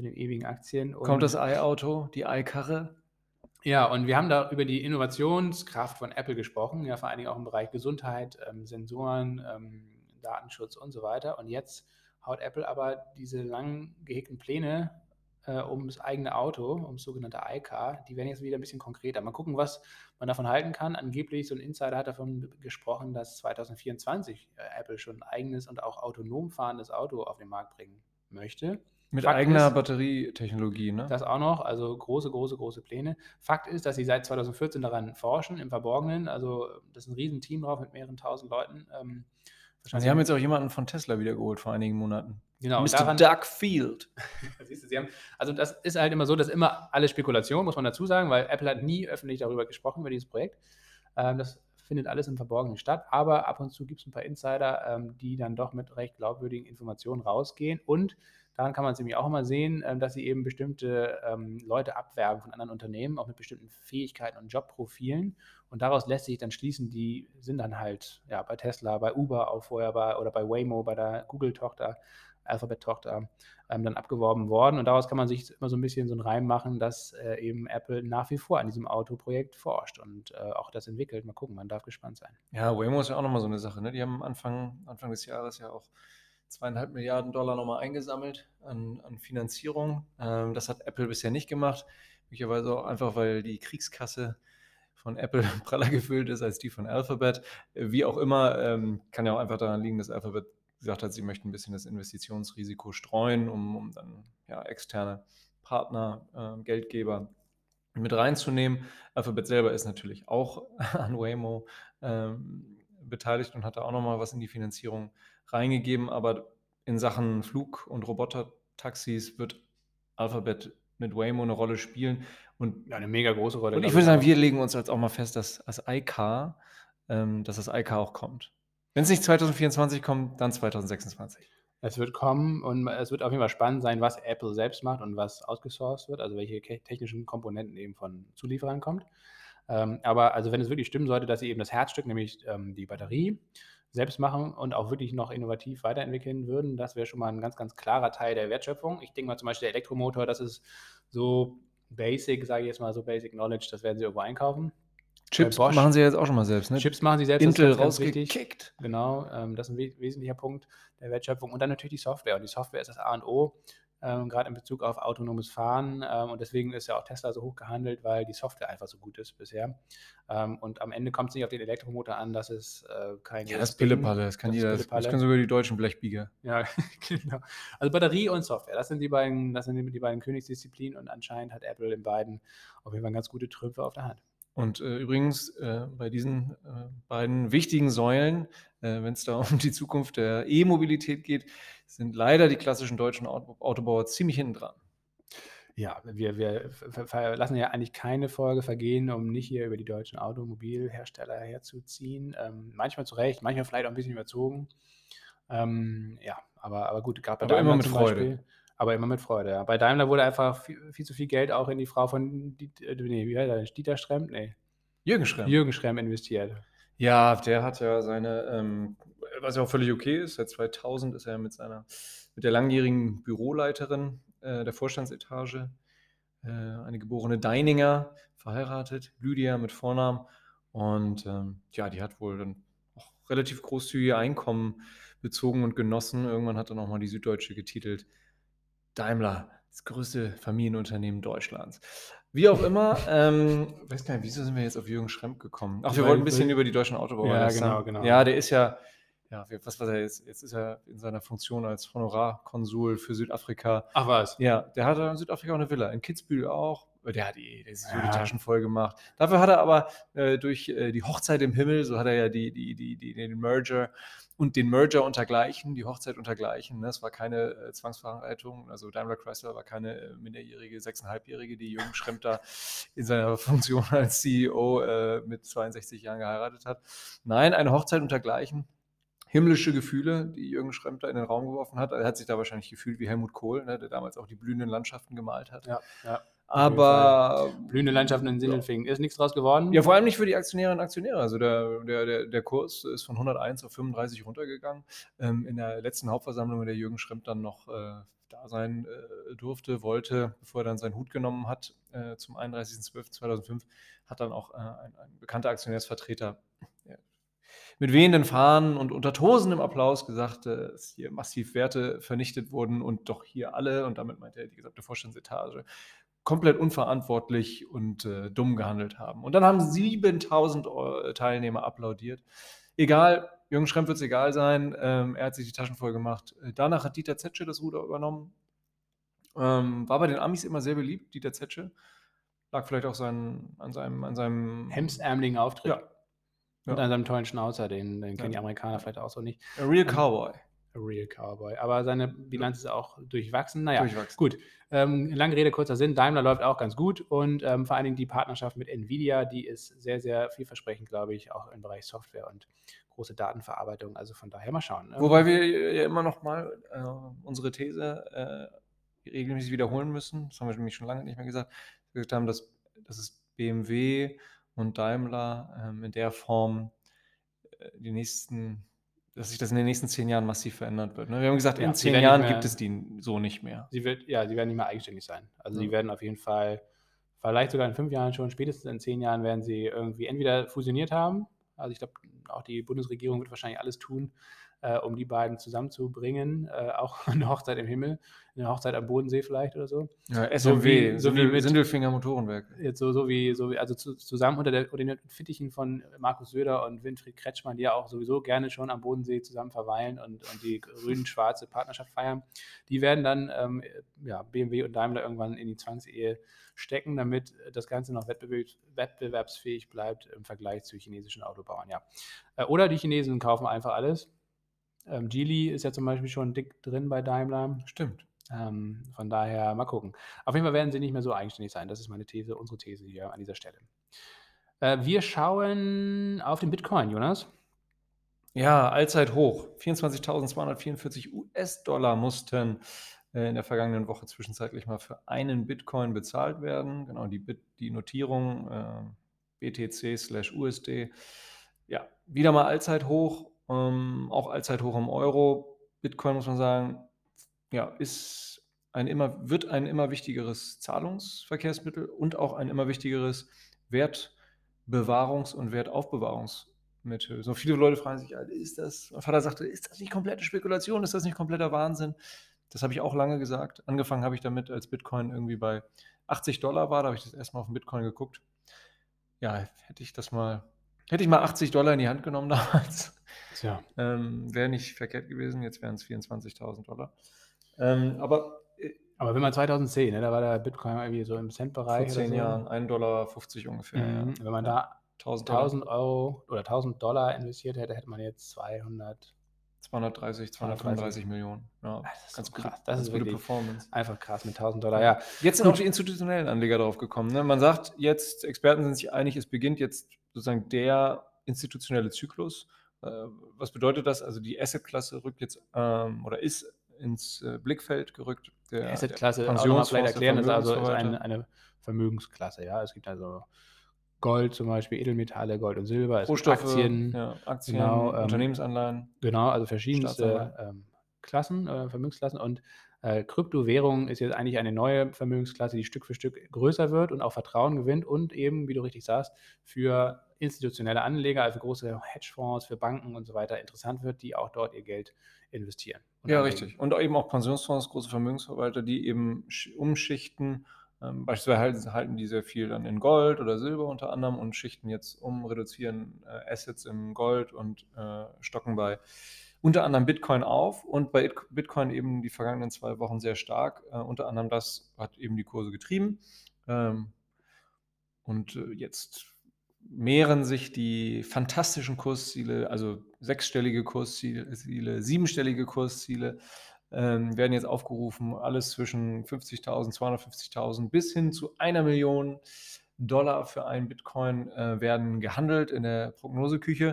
Aktien. Und kommt das Ei-Auto, die Ei-Karre? ja, und wir haben da über die Innovationskraft von Apple gesprochen, ja, vor allen Dingen auch im Bereich Gesundheit, Sensoren, Datenschutz und so weiter. Und jetzt haut Apple aber diese lang gehegten Pläne um das eigene Auto, um das sogenannte iCar, die werden jetzt wieder ein bisschen konkreter. Mal gucken, was man davon halten kann. Angeblich, so ein Insider hat davon gesprochen, dass 2024 Apple schon ein eigenes und auch autonom fahrendes Auto auf den Markt bringen möchte. Mit Fakt eigener ist, Batterietechnologie, ne? das auch noch, also große Pläne. Fakt ist, dass sie seit 2014 daran forschen, im Verborgenen. Also das ist ein Riesenteam drauf mit mehreren tausend Leuten. Und sie haben jetzt auch jemanden von Tesla wiedergeholt vor einigen Monaten. Genau, Mr. Doug Field. Siehst du, also das ist halt immer so, dass immer alle Spekulation, muss man dazu sagen, weil Apple hat nie öffentlich darüber gesprochen, über dieses Projekt. Das findet alles im Verborgenen statt, aber ab und zu gibt es ein paar Insider, die dann doch mit recht glaubwürdigen Informationen rausgehen und daran kann man es nämlich auch immer sehen, dass sie eben bestimmte Leute abwerben von anderen Unternehmen, auch mit bestimmten Fähigkeiten und Jobprofilen und daraus lässt sich dann schließen, die sind dann halt ja, bei Tesla, bei Uber auch vorher oder bei Waymo, bei der Google-Tochter, Alphabet-Tochter dann abgeworben worden. Und daraus kann man sich immer so ein bisschen so einen Reim machen, dass eben Apple nach wie vor an diesem Autoprojekt forscht und auch das entwickelt. Mal gucken, man darf gespannt sein. Ja, Waymo ist ja auch nochmal so eine Sache, ne? Die haben Anfang des Jahres ja auch 2,5 Milliarden Dollar nochmal eingesammelt an Finanzierung. Das hat Apple bisher nicht gemacht. Möglicherweise auch einfach, weil die Kriegskasse von Apple praller gefüllt ist als die von Alphabet. Wie auch immer, kann ja auch einfach daran liegen, dass Alphabet gesagt hat, sie möchten ein bisschen das Investitionsrisiko streuen, um dann ja, externe Partner, Geldgeber mit reinzunehmen. Alphabet selber ist natürlich auch an Waymo beteiligt und hat da auch nochmal was in die Finanzierung reingegeben, aber in Sachen Flug- und Robotertaxis wird Alphabet mit Waymo eine Rolle spielen. Und ja, eine mega große Rolle. Und ich würde sagen, wir legen uns jetzt auch mal fest, dass das iCar auch kommt. Wenn es nicht 2024 kommt, dann 2026. Es wird kommen und es wird auf jeden Fall spannend sein, was Apple selbst macht und was outgesourced wird, also welche technischen Komponenten eben von Zulieferern kommt. Aber also wenn es wirklich stimmen sollte, dass sie eben das Herzstück, nämlich die Batterie, selbst machen und auch wirklich noch innovativ weiterentwickeln würden, das wäre schon mal ein ganz, ganz klarer Teil der Wertschöpfung. Ich denke mal zum Beispiel der Elektromotor, das ist so basic, sage ich jetzt mal, so basic Knowledge, das werden sie irgendwo einkaufen. Chips Bosch. machen sie ja jetzt auch schon mal selbst, ne? Chips machen sie selbst, Intel das ist ganz wichtig. rausgekickt. Genau, das ist ein wesentlicher Punkt der Wertschöpfung. Und dann natürlich die Software. Und die Software ist das A und O, gerade in Bezug auf autonomes Fahren. Und deswegen ist ja auch Tesla so hoch gehandelt, weil die Software einfach so gut ist bisher. Und am Ende kommt es nicht auf den Elektromotor an, das ist kein Ja, großes das Ding. Pillepalle, das kann Das ist jeder, das Pillepalle. können sogar die deutschen Blechbieger. Ja, genau. Also Batterie und Software, das sind die beiden Königsdisziplinen und anscheinend hat Apple in beiden auf jeden Fall ganz gute Trümpfe auf der Hand. Und übrigens, bei diesen beiden wichtigen Säulen, wenn es da um die Zukunft der E-Mobilität geht, sind leider die klassischen deutschen Autobauer ziemlich hinten dran. Ja, wir lassen ja eigentlich keine Folge vergehen, um nicht hier über die deutschen Automobilhersteller herzuziehen. Manchmal zu Recht, manchmal vielleicht auch ein bisschen überzogen. Ja, aber gut, gerade bei Aber Daimler immer mit zum Freude. Beispiel. Aber immer mit Freude, ja. Bei Daimler wurde einfach viel zu viel Geld auch in die Frau von wie heißt er, Dieter Schremp? Nee, Jürgen Schremm. Jürgen Schremp investiert. Ja, der hat ja seine, was ja auch völlig okay ist, seit 2000 ist er mit der langjährigen Büroleiterin der Vorstandsetage, eine geborene Deininger, verheiratet, Lydia mit Vornamen. Und ja, die hat wohl dann auch relativ großzügige Einkommen bezogen und genossen. Irgendwann hat dann auch mal die Süddeutsche getitelt, Daimler, das größte Familienunternehmen Deutschlands. Wie auch immer, weiß gar nicht, wieso sind wir jetzt auf Jürgen Schremp gekommen? Ach, wir wollten ein bisschen über die deutschen Autobauer Ja, lästern. genau. Ja, der ist ja, was war er jetzt? Jetzt ist er in seiner Funktion als Honorarkonsul für Südafrika. Ach was. Ja, der hat in Südafrika auch eine Villa, in Kitzbühel auch. Der hat sich so die Ja. Taschen voll gemacht. Dafür hat er aber durch die Hochzeit im Himmel, so hat er ja den Merger und den Merger untergleichen, die Hochzeit untergleichen. Ne? Es war keine Zwangsverheiratung, also Daimler Chrysler war keine minderjährige, 6,5-Jährige, die Jürgen Schremp da in seiner Funktion als CEO mit 62 Jahren geheiratet hat. Nein, eine Hochzeit untergleichen. Himmlische Gefühle, die Jürgen Schremp da in den Raum geworfen hat. Er hat sich da wahrscheinlich gefühlt wie Helmut Kohl, ne, der damals auch die blühenden Landschaften gemalt hat. Ja. Aber blühende Landschaften in Sindelfingen. Ist nichts draus geworden? Ja, vor allem nicht für die Aktionärinnen und Aktionäre. Also der Kurs ist von 101 auf 35 runtergegangen. In der letzten Hauptversammlung, in der Jürgen Schremp dann noch da sein wollte, bevor er dann seinen Hut genommen hat, zum 31.12.2005, hat dann auch ein bekannter Aktionärsvertreter mit wehenden Fahnen und unter tosendem Applaus gesagt, dass hier massiv Werte vernichtet wurden und doch hier alle, und damit meinte er die gesamte Vorstandsetage, komplett unverantwortlich und dumm gehandelt haben. Und dann haben 7000 Teilnehmer applaudiert. Egal, Jürgen Schremp wird es egal sein, er hat sich die Taschen voll gemacht. Danach hat Dieter Zetsche das Ruder übernommen. War bei den Amis immer sehr beliebt, Dieter Zetsche. Lag vielleicht auch an seinem hemsärmeligen Auftritt. Ja. Und an seinem tollen Schnauzer, den kennen die Amerikaner vielleicht auch so nicht. A Real Cowboy. A Real Cowboy. Aber seine Bilanz ist auch durchwachsen. Naja, Durchwachsen. Gut. Lange Rede, kurzer Sinn. Daimler läuft auch ganz gut und vor allen Dingen die Partnerschaft mit Nvidia, die ist sehr, sehr vielversprechend, glaube ich, auch im Bereich Software und große Datenverarbeitung. Also von daher mal schauen. Wobei wir ja immer noch mal unsere These regelmäßig wiederholen müssen. Das haben wir nämlich schon lange nicht mehr gesagt. Wir gesagt haben, dass es BMW und Daimler in der Form dass sich das in den nächsten 10 Jahren massiv verändern wird. Ne? Wir haben gesagt, in 10 Jahren gibt es die so nicht mehr. Sie werden nicht mehr eigenständig sein. Also sie werden auf jeden Fall, vielleicht sogar in 5 Jahren schon, spätestens in 10 Jahren werden sie irgendwie entweder fusioniert haben. Also ich glaube, auch die Bundesregierung wird wahrscheinlich alles tun, um die beiden zusammenzubringen. Auch eine Hochzeit im Himmel, eine Hochzeit am Bodensee vielleicht oder so. Ja, SMW, so wie mit Sindelfinger Motorenwerk. Jetzt so wie also zusammen unter den Fittichen von Markus Söder und Winfried Kretschmann, die ja auch sowieso gerne schon am Bodensee zusammen verweilen und die grün-schwarze Partnerschaft feiern. Die werden dann BMW und Daimler irgendwann in die Zwangsehe stecken, damit das Ganze noch wettbewerbsfähig bleibt im Vergleich zu chinesischen Autobauern. Ja. Oder die Chinesen kaufen einfach alles. Geely ist ja zum Beispiel schon dick drin bei Daimler. Stimmt. Von daher mal gucken. Auf jeden Fall werden sie nicht mehr so eigenständig sein. Das ist meine These, unsere These hier an dieser Stelle. Wir schauen auf den Bitcoin, Jonas. Ja, Allzeithoch. 24.244 US-Dollar mussten in der vergangenen Woche zwischenzeitlich mal für einen Bitcoin bezahlt werden. Genau, die Notierung BTC/USD. Ja, wieder mal Allzeithoch. Auch Allzeithoch im Euro. Bitcoin, muss man sagen, ja, wird ein immer wichtigeres Zahlungsverkehrsmittel und auch ein immer wichtigeres Bewahrungs- und Wertaufbewahrungsmittel. So viele Leute fragen sich, Alter, mein Vater sagte, ist das nicht komplette Spekulation? Ist das nicht kompletter Wahnsinn? Das habe ich auch lange gesagt. Angefangen habe ich damit, als Bitcoin irgendwie bei $80 war. Da habe ich das erstmal auf den Bitcoin geguckt. Ja, hätte ich mal $80 in die Hand genommen damals, Tja. wäre nicht verkehrt gewesen. Jetzt wären es $24.000. Aber Aber wenn man 2010, ne, da war der Bitcoin irgendwie so im vor Cent-Bereich oder 10 so. Jahren $1,50 ungefähr. Ja. Wenn man Ja. da 1.000 1.000 € oder $1.000 investiert hätte, hätte man jetzt 200. 230, 235 Millionen. Ja, Das ist ganz so gute, krass. Das ganz ist gute wirklich Performance. einfach krass mit $1.000. Ja, Jetzt sind gut. auch die institutionellen Anleger drauf gekommen. Ne? Man sagt jetzt, Experten sind sich einig, es beginnt jetzt sozusagen der institutionelle Zyklus. Was bedeutet das? Also die Assetklasse rückt jetzt oder ist ins Blickfeld gerückt. Der Assetklasse auch nochmal vielleicht Pensionsfonds, der erklären, das ist Vermögensverwalter. eine Vermögensklasse. Ja, es gibt also Gold zum Beispiel, Edelmetalle, Gold und Silber, es gibt Rohstoffe, Aktien, ja, Aktien, genau, Unternehmensanleihen, genau, also verschiedenste Staatsanleihen. Klassen, Vermögensklassen, und Kryptowährung ist jetzt eigentlich eine neue Vermögensklasse, die Stück für Stück größer wird und auch Vertrauen gewinnt und eben, wie du richtig sagst, für institutionelle Anleger, also große Hedgefonds, für Banken und so weiter interessant wird, die auch dort ihr Geld investieren und Ja, anlegen. richtig. Und eben auch Pensionsfonds, große Vermögensverwalter, die eben umschichten. Beispielsweise halten die sehr viel dann in Gold oder Silber unter anderem und schichten jetzt um, reduzieren Assets im Gold und stocken bei unter anderem Bitcoin auf. Und bei Bitcoin eben die vergangenen 2 Wochen sehr stark. Unter anderem das hat eben die Kurse getrieben. Und jetzt mehren sich die fantastischen Kursziele, also 6-stellige Kursziele, 7-stellige Kursziele, werden jetzt aufgerufen, alles zwischen 50.000, 250.000 bis hin zu $1 Million für einen Bitcoin werden gehandelt in der Prognoseküche.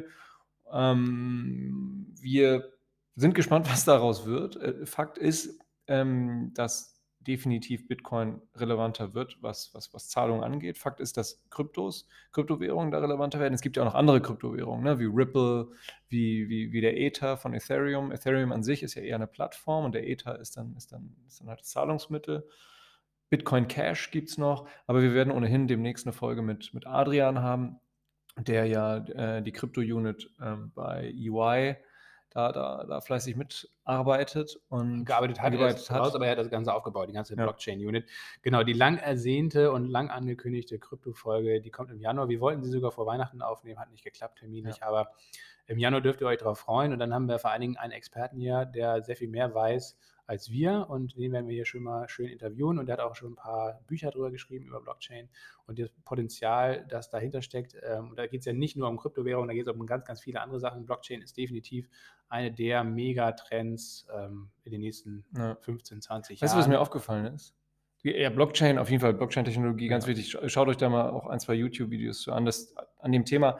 Wir sind gespannt, was daraus wird. Fakt ist, dass definitiv Bitcoin relevanter wird, was Zahlungen angeht. Fakt ist, dass Kryptowährungen da relevanter werden. Es gibt ja auch noch andere Kryptowährungen, ne, wie Ripple, wie der Ether von Ethereum. Ethereum an sich ist ja eher eine Plattform und der Ether ist dann halt das Zahlungsmittel. Bitcoin Cash gibt es noch, aber wir werden ohnehin demnächst eine Folge mit Adrian haben, der ja die Krypto-Unit bei EY da fleißig mitarbeitet und Gearbeitet hat, er ist raus, aber er hat das Ganze aufgebaut, die ganze Ja. Blockchain-Unit. Genau, die lang ersehnte und lang angekündigte Krypto-Folge, die kommt im Januar. Wir wollten sie sogar vor Weihnachten aufnehmen, hat nicht geklappt terminlich, aber im Januar dürft ihr euch darauf freuen. Und dann haben wir vor allen Dingen einen Experten hier, der sehr viel mehr weiß als wir, und den werden wir hier schon mal schön interviewen. Und der hat auch schon ein paar Bücher drüber geschrieben, über Blockchain und das Potenzial, das dahinter steckt. Da geht es ja nicht nur um Kryptowährungen, da geht es auch um ganz, ganz viele andere Sachen. Blockchain ist definitiv eine der Megatrends in den nächsten Ja. 15, 20 Weißt du, was mir Jahren. aufgefallen ist? Ja, Blockchain, auf jeden Fall, Blockchain-Technologie, ganz Ja. wichtig. Schaut euch da mal auch 1, 2 YouTube-Videos an. An dem Thema,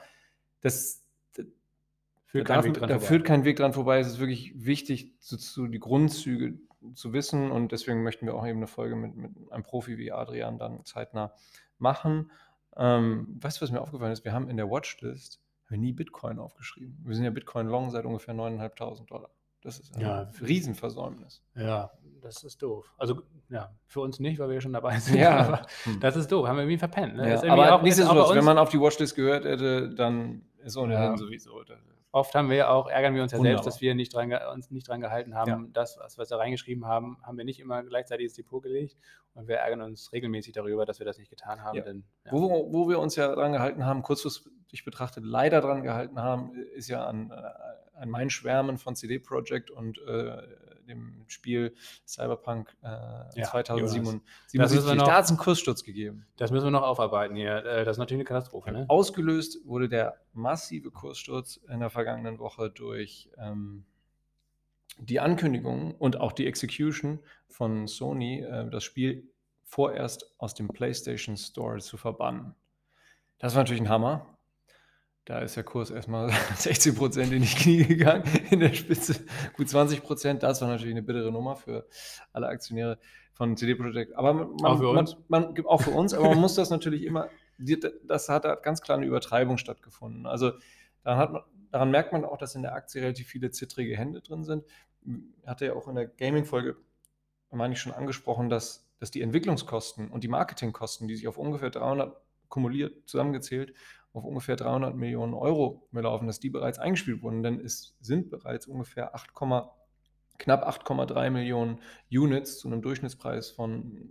Führt kein Weg dran da vorbei. führt kein Weg dran vorbei. Es ist wirklich wichtig, die Grundzüge zu wissen. Und deswegen möchten wir auch eben eine Folge mit einem Profi wie Adrian dann zeitnah machen. Weißt du, was mir aufgefallen ist? Wir haben in der Watchlist nie Bitcoin aufgeschrieben. Wir sind ja Bitcoin long seit ungefähr $9.500. Das ist ein Riesenversäumnis. Ja, das ist doof. Also, ja, für uns nicht, weil wir schon dabei sind. Ja. Aber das ist doof. Haben wir irgendwie verpennt. Ne? Ist Ja, irgendwie aber auch nichtsdestotrotz, bei wenn uns, man auf die Watchlist gehört hätte, dann ist ohnehin Ja. sowieso. oft ärgern wir uns ja selbst, Wunderbar. dass wir uns nicht dran gehalten haben. Ja. Das, was wir da reingeschrieben haben, haben wir nicht immer gleichzeitig ins Depot gelegt. Und wir ärgern uns regelmäßig darüber, dass wir das nicht getan haben. Ja. Denn, ja. Wo wir uns ja dran gehalten haben, kurzfristig betrachtet leider dran gehalten haben, ist ja an mein Schwärmen von CD Projekt und dem Spiel Cyberpunk 2077. Das müssen wir noch- Da hat es einen Kurssturz gegeben. Das müssen wir noch aufarbeiten hier. Das ist natürlich eine Katastrophe. Ne? Ausgelöst wurde der massive Kurssturz in der vergangenen Woche durch die Ankündigung und auch die Execution von Sony, das Spiel vorerst aus dem PlayStation Store zu verbannen. Das war natürlich ein Hammer. Da ist der Kurs erstmal 16% in die Knie gegangen, in der Spitze gut 20%. Das war natürlich eine bittere Nummer für alle Aktionäre von CD Projekt. Aber Auch für uns. auch für uns, aber man muss das natürlich immer, das hat ganz klar eine Übertreibung stattgefunden. Also daran merkt man auch, dass in der Aktie relativ viele zittrige Hände drin sind. Hatte ja auch in der Gaming-Folge, meine ich, schon angesprochen, dass die Entwicklungskosten und die Marketingkosten, die sich auf ungefähr 300 kumuliert zusammengezählt auf ungefähr 300 Millionen Euro belaufen, dass die bereits eingespielt wurden, denn es sind bereits ungefähr knapp 8,3 Millionen Units zu einem Durchschnittspreis von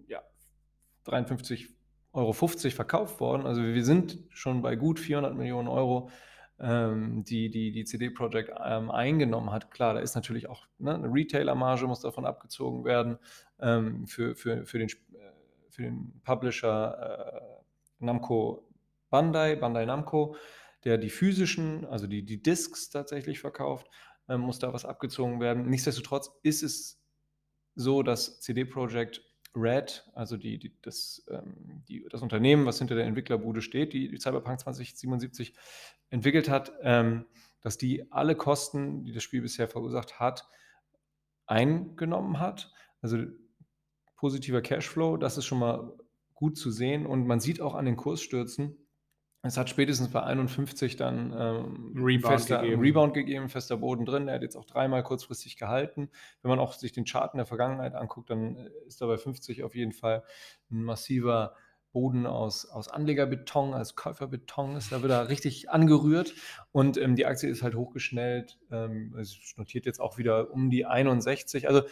53,50 € verkauft worden. Also wir sind schon bei gut 400 Millionen Euro, die CD Projekt eingenommen hat. Klar, da ist natürlich auch eine Retailer-Marge, muss davon abgezogen werden, für den Publisher Bandai Namco, der die physischen, also die Discs tatsächlich verkauft, muss da was abgezogen werden. Nichtsdestotrotz ist es so, dass CD Projekt Red, also das Unternehmen, was hinter der Entwicklerbude steht, die Cyberpunk 2077 entwickelt hat, dass die alle Kosten, die das Spiel bisher verursacht hat, eingenommen hat. Also positiver Cashflow, das ist schon mal gut zu sehen. Und man sieht auch an den Kursstürzen, es hat spätestens bei 51 dann Rebound gegeben, fester Boden drin. Er hat jetzt auch 3-mal kurzfristig gehalten. Wenn man auch sich den Chart in der Vergangenheit anguckt, dann ist da bei 50 auf jeden Fall ein massiver Boden aus Anlegerbeton, als Käuferbeton ist da wieder richtig angerührt. Und die Aktie ist halt hochgeschnellt. Es notiert jetzt auch wieder um die 61. Also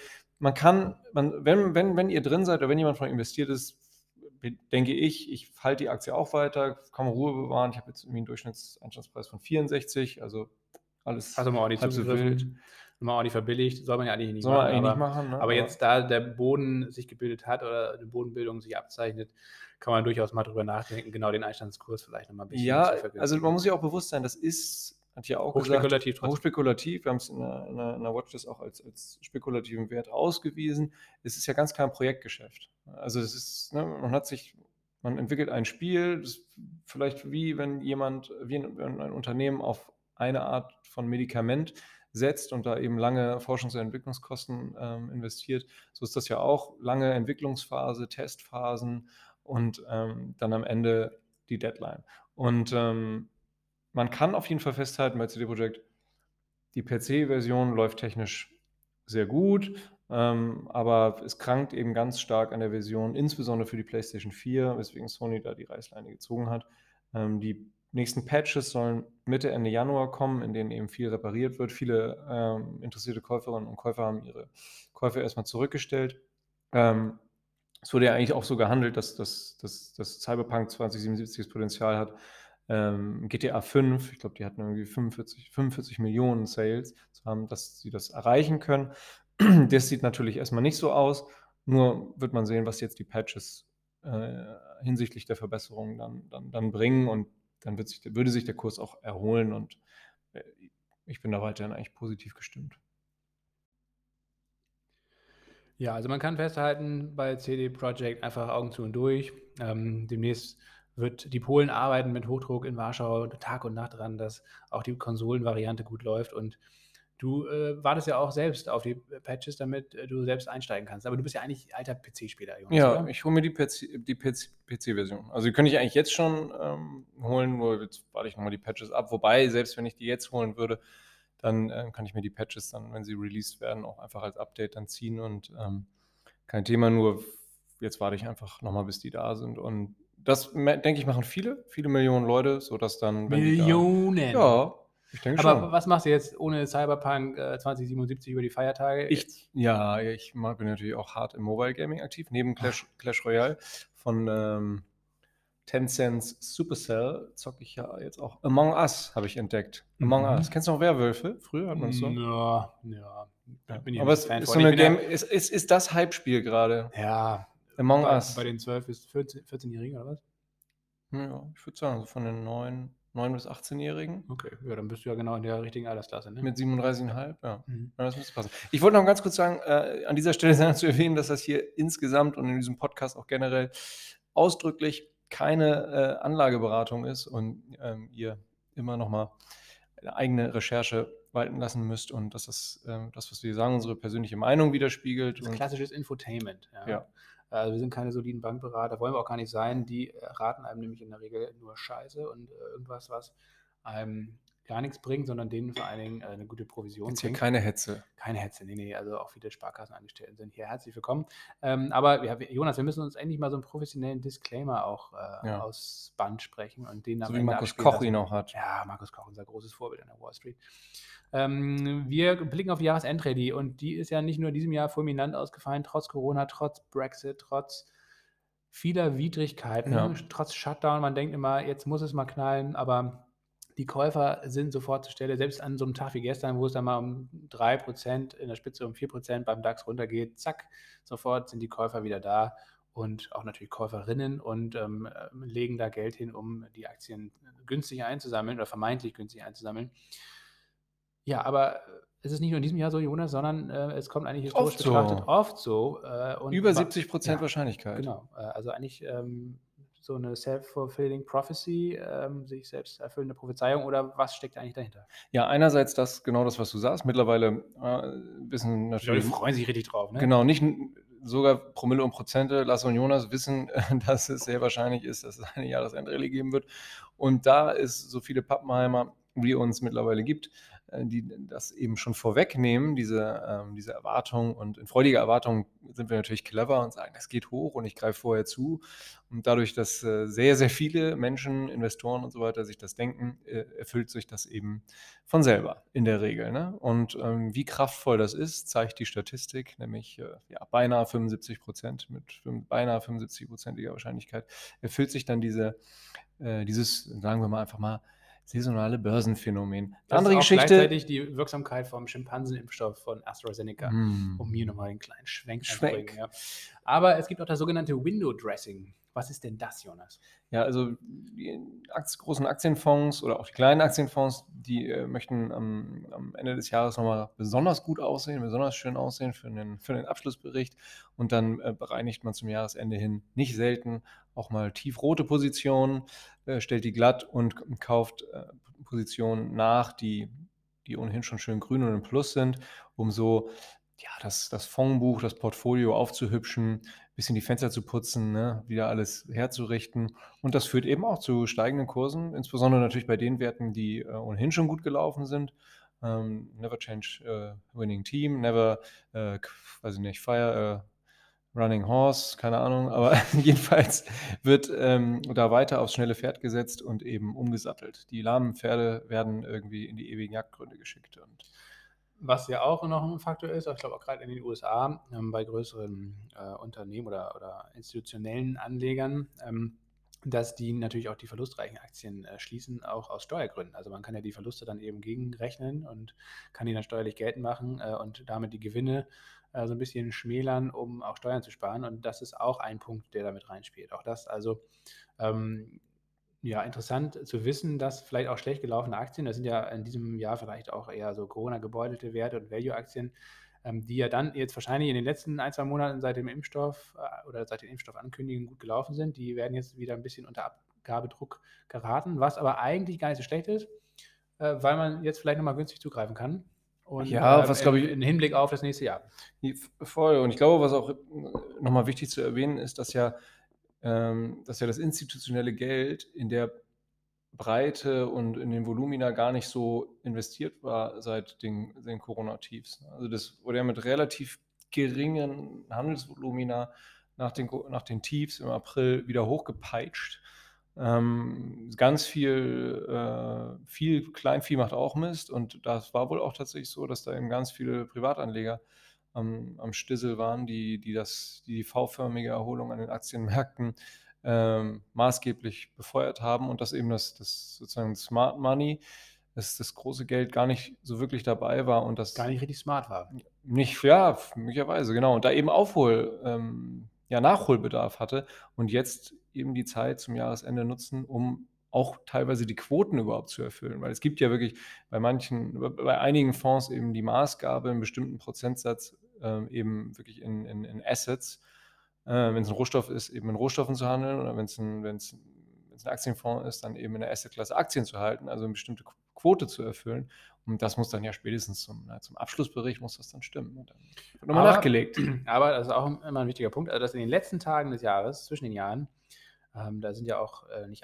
wenn ihr drin seid oder wenn jemand von euch investiert ist, denke ich halte die Aktie auch weiter, kann man Ruhe bewahren. Ich habe jetzt irgendwie einen Durchschnittseinstandspreis von 64, also alles Hast du mal ordentlich halb so wild. zugegriffen, mal ordentlich verbilligt, soll man ja eigentlich nicht Soll man machen. eigentlich nicht machen, ne? Aber jetzt, da der Boden sich gebildet hat oder eine Bodenbildung sich abzeichnet, kann man durchaus mal drüber nachdenken, genau den Einstandskurs vielleicht noch mal ein bisschen zu vergünstigen. Also man muss sich auch bewusst sein, das ist, hat ja auch hochspekulativ gesagt, hochspekulativ. Wir haben es in einer Watchlist auch als spekulativen Wert ausgewiesen. Es ist ja ganz klar ein Projektgeschäft. Also es ist, ne, man entwickelt ein Spiel, das vielleicht wie wenn ein Unternehmen auf eine Art von Medikament setzt und da eben lange Forschungs- und Entwicklungskosten investiert. So ist das ja auch. Lange Entwicklungsphase, Testphasen und dann am Ende die Deadline. Und man kann auf jeden Fall festhalten bei CD Projekt, die PC-Version läuft technisch sehr gut, aber es krankt eben ganz stark an der Version, insbesondere für die PlayStation 4, weswegen Sony da die Reißleine gezogen hat. Die nächsten Patches sollen Mitte, Ende Januar kommen, in denen eben viel repariert wird. Viele interessierte Käuferinnen und Käufer haben ihre Käufe erstmal zurückgestellt. Es wurde ja eigentlich auch so gehandelt, dass Cyberpunk 2077 das Potenzial hat, GTA 5, ich glaube, die hatten irgendwie 45 Millionen Sales zu haben, dass sie das erreichen können. Das sieht natürlich erstmal nicht so aus, nur wird man sehen, was jetzt die Patches hinsichtlich der Verbesserungen dann bringen und dann würde sich der Kurs auch erholen und ich bin da weiterhin eigentlich positiv gestimmt. Ja, also man kann festhalten, bei CD Projekt einfach Augen zu und durch. Demnächst wird die Polen arbeiten mit Hochdruck in Warschau Tag und Nacht dran, dass auch die Konsolenvariante gut läuft. Und du wartest ja auch selbst auf die Patches, damit du selbst einsteigen kannst. Aber du bist ja eigentlich alter PC-Spieler, Jonas, Ja, oder? ich hole mir die PC-Version. Also die könnte ich eigentlich jetzt schon holen, nur jetzt warte ich nochmal die Patches ab. Wobei, selbst wenn ich die jetzt holen würde, dann kann ich mir die Patches dann, wenn sie released werden, auch einfach als Update dann ziehen und kein Thema, nur jetzt warte ich einfach nochmal, bis die da sind. Und das, denke ich, machen viele Millionen Leute, sodass dann, wenn Millionen! die da... Ja, ich denke Aber schon. was machst du jetzt ohne Cyberpunk 2077 über die Feiertage? Ich bin natürlich auch hart im Mobile Gaming aktiv, neben Clash Royale von Tencent's Supercell zocke ich ja jetzt auch Among Us, habe ich entdeckt. Among Us. Kennst du noch Werwölfe? Früher hat man es so. Ja. Bin ich Aber es Fan ist von. so eine ist das Hype-Spiel gerade. Ja, Among Us. Bei den 12- bis 14-Jährigen oder was? Ja, ich würde sagen, so von den 9 bis 18-Jährigen. Okay, ja, dann bist du ja genau in der richtigen Altersklasse, ne? Mit 37,5, ja. Mhm. Ja, das müsste passen. Ich wollte noch ganz kurz sagen, an dieser Stelle zu erwähnen, dass das hier insgesamt und in diesem Podcast auch generell ausdrücklich keine Anlageberatung ist und ihr immer noch mal eine eigene Recherche walten lassen müsst und dass das, was wir sagen, unsere persönliche Meinung widerspiegelt. Das ist klassisches Infotainment. Ja. Also wir sind keine soliden Bankberater, wollen wir auch gar nicht sein. Die raten einem nämlich in der Regel nur Scheiße und irgendwas, was einem gar nichts bringt, sondern denen vor allen Dingen eine gute Provision Jetzt hier bringt. keine Hetze. Keine Hetze, nee, also auch viele Sparkassenangestellten sind hier herzlich willkommen. Aber ja, Jonas, wir müssen uns endlich mal so einen professionellen Disclaimer auch Ja. aus Band sprechen und den am So wie Ende Markus abspielen Koch ihn lassen. auch hat. Ja, Markus Koch, unser großes Vorbild an der Wall Street. Wir blicken auf die Jahresendrallye und die ist ja nicht nur in diesem Jahr fulminant ausgefallen, trotz Corona, trotz Brexit, trotz vieler Widrigkeiten, Ja. trotz Shutdown. Man denkt immer, jetzt muss es mal knallen, aber die Käufer sind sofort zur Stelle, selbst an so einem Tag wie gestern, wo es dann mal um 3%, in der Spitze um 4% beim DAX runtergeht, zack, sofort sind die Käufer wieder da und auch natürlich Käuferinnen und legen da Geld hin, um die Aktien günstig einzusammeln oder vermeintlich günstig einzusammeln. Ja, aber es ist nicht nur in diesem Jahr so, Jonas, sondern es kommt eigentlich historisch Oft so. betrachtet oft so. Über 70% ja, Wahrscheinlichkeit. genau. Also eigentlich so eine self-fulfilling prophecy, sich selbst erfüllende Prophezeiung oder was steckt eigentlich dahinter? Ja, einerseits genau das, was du sagst. Mittlerweile wissen Die Leute natürlich freuen sich richtig drauf, ne? genau, nicht sogar Promille und Prozente, Lasse und Jonas wissen, dass es sehr wahrscheinlich ist, dass es eine Jahresendrallye geben wird. Und da es so viele Pappenheimer, wie uns mittlerweile gibt, die das eben schon vorwegnehmen, diese Erwartung. Und in freudiger Erwartung sind wir natürlich clever und sagen, das geht hoch und ich greife vorher zu. Und dadurch, dass sehr, sehr viele Menschen, Investoren und so weiter sich das denken, erfüllt sich das eben von selber in der Regel. Ne? Und wie kraftvoll das ist, zeigt die Statistik, nämlich ja, beinahe 75%, mit beinahe 75%iger Wahrscheinlichkeit erfüllt sich dann dieses, sagen wir mal einfach mal, saisonale Börsenphänomen. Das Andere ist auch Geschichte. gleichzeitig die Wirksamkeit vom Schimpansenimpfstoff von AstraZeneca, um hier nochmal einen kleinen Schwenk anzubringen. Ja. Aber es gibt auch das sogenannte Window Dressing. Was ist denn das, Jonas? Ja, also die großen Aktienfonds oder auch die kleinen Aktienfonds, die möchten am Ende des Jahres nochmal besonders gut aussehen, besonders schön aussehen für den Abschlussbericht. Und dann bereinigt man zum Jahresende hin nicht selten auch mal tiefrote Positionen, stellt die glatt und kauft Positionen nach, die ohnehin schon schön grün und im Plus sind, um so ja, das Fondsbuch, das Portfolio aufzuhübschen, bisschen die Fenster zu putzen, ne, wieder alles herzurichten. Und das führt eben auch zu steigenden Kursen, insbesondere natürlich bei den Werten, die ohnehin schon gut gelaufen sind. Never change winning team, never, weiß ich nicht, fire a running horse, keine Ahnung, aber jedenfalls wird da weiter aufs schnelle Pferd gesetzt und eben umgesattelt. Die lahmen Pferde werden irgendwie in die ewigen Jagdgründe geschickt. Und Was ja auch noch ein Faktor ist, ich glaube auch gerade in den USA, bei größeren Unternehmen oder institutionellen Anlegern, dass die natürlich auch die verlustreichen Aktien schließen, auch aus Steuergründen. Also man kann ja die Verluste dann eben gegenrechnen und kann die dann steuerlich geltend machen und damit die Gewinne so ein bisschen schmälern, um auch Steuern zu sparen. Und das ist auch ein Punkt, der damit reinspielt. Auch das also ja, interessant zu wissen, dass vielleicht auch schlecht gelaufene Aktien, das sind ja in diesem Jahr vielleicht auch eher so Corona-gebeutelte Werte und Value-Aktien, die ja dann jetzt wahrscheinlich in den letzten 1, 2 Monaten seit dem Impfstoff oder seit den Impfstoffankündigungen gut gelaufen sind. Die werden jetzt wieder ein bisschen unter Abgabedruck geraten, was aber eigentlich gar nicht so schlecht ist, weil man jetzt vielleicht nochmal günstig zugreifen kann. Und ja, was glaube ich, im Hinblick auf das nächste Jahr. Voll. Und ich glaube, was auch nochmal wichtig zu erwähnen ist, dass ja das institutionelle Geld in der Breite und in den Volumina gar nicht so investiert war seit den Corona-Tiefs. Also das wurde ja mit relativ geringen Handelsvolumina nach den Tiefs im April wieder hochgepeitscht. Ganz viel Kleinvieh macht auch Mist und das war wohl auch tatsächlich so, dass da eben ganz viele Privatanleger am Stissel waren, die V-förmige Erholung an den Aktienmärkten maßgeblich befeuert haben und dass eben das sozusagen Smart Money, das große Geld gar nicht so wirklich dabei war und das Gar nicht richtig smart war. nicht, ja, möglicherweise, genau. Und da eben Nachholbedarf hatte und jetzt eben die Zeit zum Jahresende nutzen, um auch teilweise die Quoten überhaupt zu erfüllen. Weil es gibt ja wirklich bei einigen Fonds eben die Maßgabe, einen bestimmten Prozentsatz eben wirklich in Assets, wenn es ein Rohstoff ist, eben in Rohstoffen zu handeln oder wenn es ein Aktienfonds ist, dann eben in der Assetklasse Aktien zu halten, also eine bestimmte Quote zu erfüllen. Und das muss dann ja spätestens zum Abschlussbericht muss das dann stimmen. Und dann wird nochmal nachgelegt. Aber das ist auch immer ein wichtiger Punkt, also dass in den letzten Tagen des Jahres, zwischen den Jahren, da sind ja auch nicht alle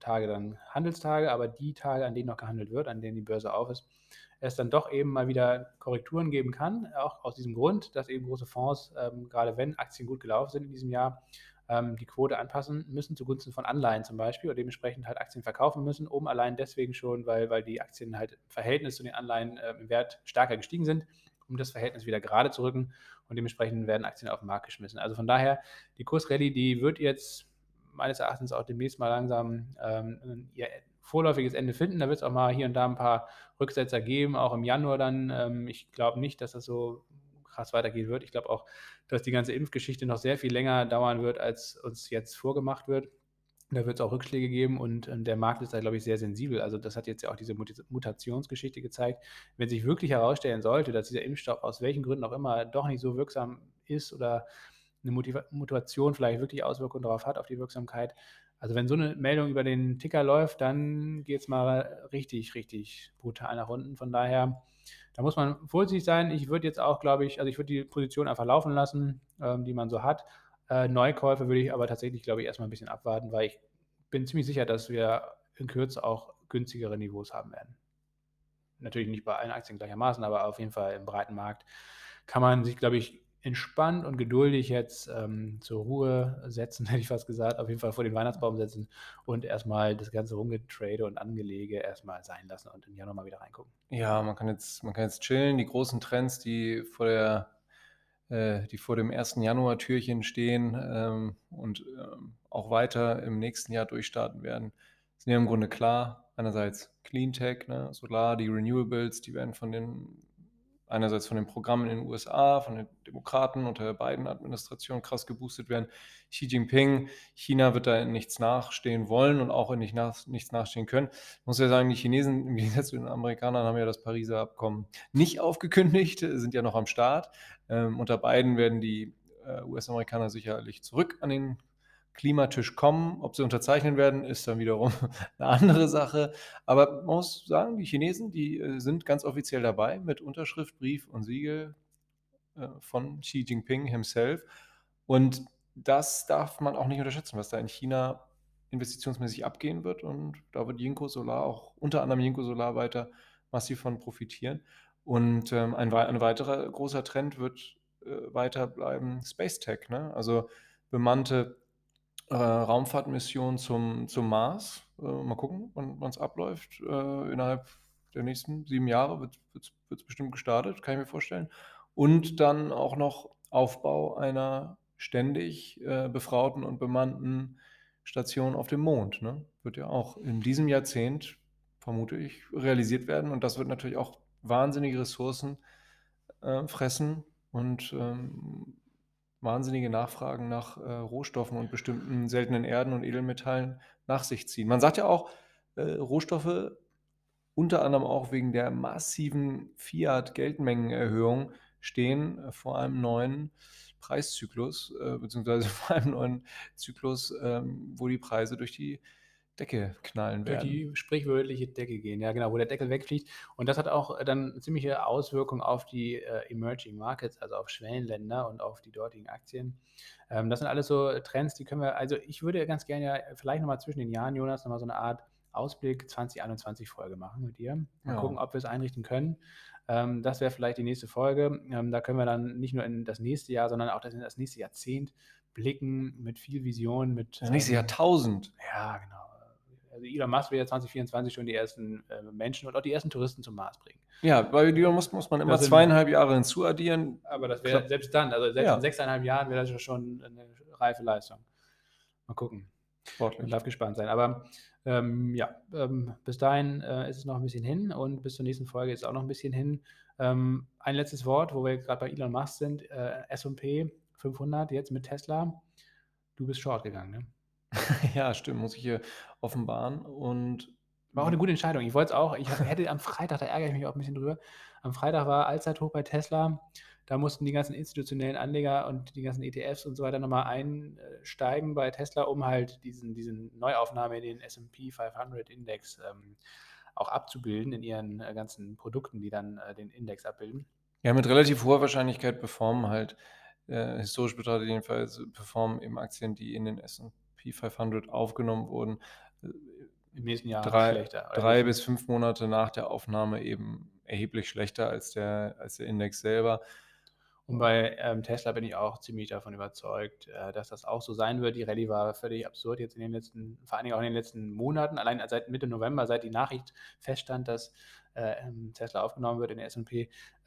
Tage dann Handelstage, aber die Tage, an denen noch gehandelt wird, an denen die Börse auf ist, es dann doch eben mal wieder Korrekturen geben kann, auch aus diesem Grund, dass eben große Fonds, gerade wenn Aktien gut gelaufen sind in diesem Jahr, die Quote anpassen müssen zugunsten von Anleihen zum Beispiel und dementsprechend halt Aktien verkaufen müssen, um allein deswegen schon, weil die Aktien halt im Verhältnis zu den Anleihen im Wert stärker gestiegen sind, um das Verhältnis wieder gerade zu rücken und dementsprechend werden Aktien auf den Markt geschmissen. Also von daher, die Kursrallye, die wird jetzt meines Erachtens auch demnächst mal langsam ihr vorläufiges Ende finden. Da wird es auch mal hier und da ein paar Rücksetzer geben, auch im Januar dann. Ich glaube nicht, dass das so krass weitergehen wird. Ich glaube auch, dass die ganze Impfgeschichte noch sehr viel länger dauern wird, als uns jetzt vorgemacht wird. Da wird es auch Rückschläge geben und der Markt ist da, glaube ich, sehr sensibel. Also das hat jetzt ja auch diese Mutationsgeschichte gezeigt. Wenn sich wirklich herausstellen sollte, dass dieser Impfstoff aus welchen Gründen auch immer doch nicht so wirksam ist oder eine Mutation vielleicht wirklich Auswirkungen darauf hat, auf die Wirksamkeit. Also wenn so eine Meldung über den Ticker läuft, dann geht es mal richtig, richtig brutal nach unten. Von daher, da muss man vorsichtig sein. Ich würde jetzt auch, glaube ich, also ich würde die Position einfach laufen lassen, die man so hat. Neukäufe würde ich aber tatsächlich, glaube ich, erstmal ein bisschen abwarten, weil ich bin ziemlich sicher, dass wir in Kürze auch günstigere Niveaus haben werden. Natürlich nicht bei allen Aktien gleichermaßen, aber auf jeden Fall im breiten Markt kann man sich, glaube ich, entspannt und geduldig jetzt zur Ruhe setzen, hätte ich fast gesagt, auf jeden Fall vor den Weihnachtsbaum setzen und erstmal das ganze Rumgetrade und Angelege erstmal sein lassen und im Januar mal wieder reingucken. Ja, man kann jetzt chillen. Die großen Trends, die vor dem 1. Januar-Türchen stehen, und auch weiter im nächsten Jahr durchstarten werden, sind ja im Grunde klar. Einerseits Cleantech, ne, Solar, die Renewables, die werden einerseits von den Programmen in den USA, von den Demokraten unter der Biden-Administration krass geboostet werden. Xi Jinping, China wird da in nichts nachstehen wollen und auch in nichts nachstehen können. Ich muss ja sagen, die Chinesen im Gegensatz zu den Amerikanern haben ja das Pariser Abkommen nicht aufgekündigt, sind ja noch am Start. Unter Biden werden die US-Amerikaner sicherlich zurück an den Klimatisch kommen. Ob sie unterzeichnen werden, ist dann wiederum eine andere Sache. Aber man muss sagen, die Chinesen, die sind ganz offiziell dabei mit Unterschrift, Brief und Siegel von Xi Jinping himself. Und das darf man auch nicht unterschätzen, was da in China investitionsmäßig abgehen wird. Und da wird Jinko Solar, auch unter anderem Jinko Solar, weiter massiv von profitieren. Und ein weiterer großer Trend wird weiter bleiben Space Tech. Ne? Also bemannte Raumfahrtmission zum Mars. Mal gucken, wann es abläuft. Innerhalb der nächsten 7 Jahre wird's bestimmt gestartet, kann ich mir vorstellen. Und dann auch noch Aufbau einer ständig befrauten und bemannten Station auf dem Mond. Ne? Wird ja auch in diesem Jahrzehnt, vermute ich, realisiert werden. Und das wird natürlich auch wahnsinnige Ressourcen fressen und wahnsinnige Nachfragen nach Rohstoffen und bestimmten seltenen Erden und Edelmetallen nach sich ziehen. Man sagt ja auch, Rohstoffe unter anderem auch wegen der massiven Fiat-Geldmengenerhöhung stehen vor einem neuen Preiszyklus, beziehungsweise vor einem neuen Zyklus, wo die Preise durch die Decke knallen Durch werden. die sprichwörtliche Decke gehen, ja genau, wo der Deckel wegfliegt. Und das hat auch dann ziemliche Auswirkungen auf die Emerging Markets, also auf Schwellenländer und auf die dortigen Aktien. Das sind alles so Trends, die können wir, also ich würde ganz gerne ja vielleicht nochmal zwischen den Jahren, Jonas, nochmal so eine Art Ausblick 2021 Folge machen mit dir. Mal gucken, Ja. ob wir es einrichten können. Das wäre vielleicht die nächste Folge. Da können wir dann nicht nur in das nächste Jahr, sondern auch in das nächste Jahrzehnt blicken mit viel Vision, mit Das nächste Jahrtausend. ja, genau. Also Elon Musk will ja 2024 schon die ersten Menschen und auch die ersten Touristen zum Mars bringen. Ja, bei Elon Musk muss man immer Das sind, 2,5 Jahre hinzuaddieren. aber das wäre Klappt. selbst dann, also selbst in Ja, 6,5 Jahren wäre das schon eine reife Leistung. Mal gucken. Man sportlich. darf gespannt sein. Aber ja, bis dahin ist es noch ein bisschen hin und bis zur nächsten Folge ist es auch noch ein bisschen hin. Ein letztes Wort, wo wir gerade bei Elon Musk sind. S&P 500 jetzt mit Tesla. Du bist short gegangen, ne? Ja, stimmt, muss ich hier offenbaren. Und War auch eine gute Entscheidung. Ich wollte es auch, hätte am Freitag, da ärgere ich mich auch ein bisschen drüber. Am Freitag war Allzeithoch bei Tesla. Da mussten die ganzen institutionellen Anleger und die ganzen ETFs und so weiter nochmal einsteigen bei Tesla, um halt diesen Neuaufnahme in den S&P 500 Index auch abzubilden in ihren ganzen Produkten, die dann den Index abbilden. ja, mit relativ hoher Wahrscheinlichkeit performen halt, historisch betrachtet jedenfalls, performen eben Aktien, die in den S&P 500 aufgenommen wurden, äh, im nächsten Jahr drei, schlechter. Oder drei nicht? bis 5 Monate nach der Aufnahme eben erheblich schlechter als der Index selber. Und bei Tesla bin ich auch ziemlich davon überzeugt, dass das auch so sein wird. Die Rallye war völlig absurd jetzt vor allen Dingen auch in den letzten Monaten. Allein seit Mitte November, seit die Nachricht feststand, dass Tesla aufgenommen wird in der S&P,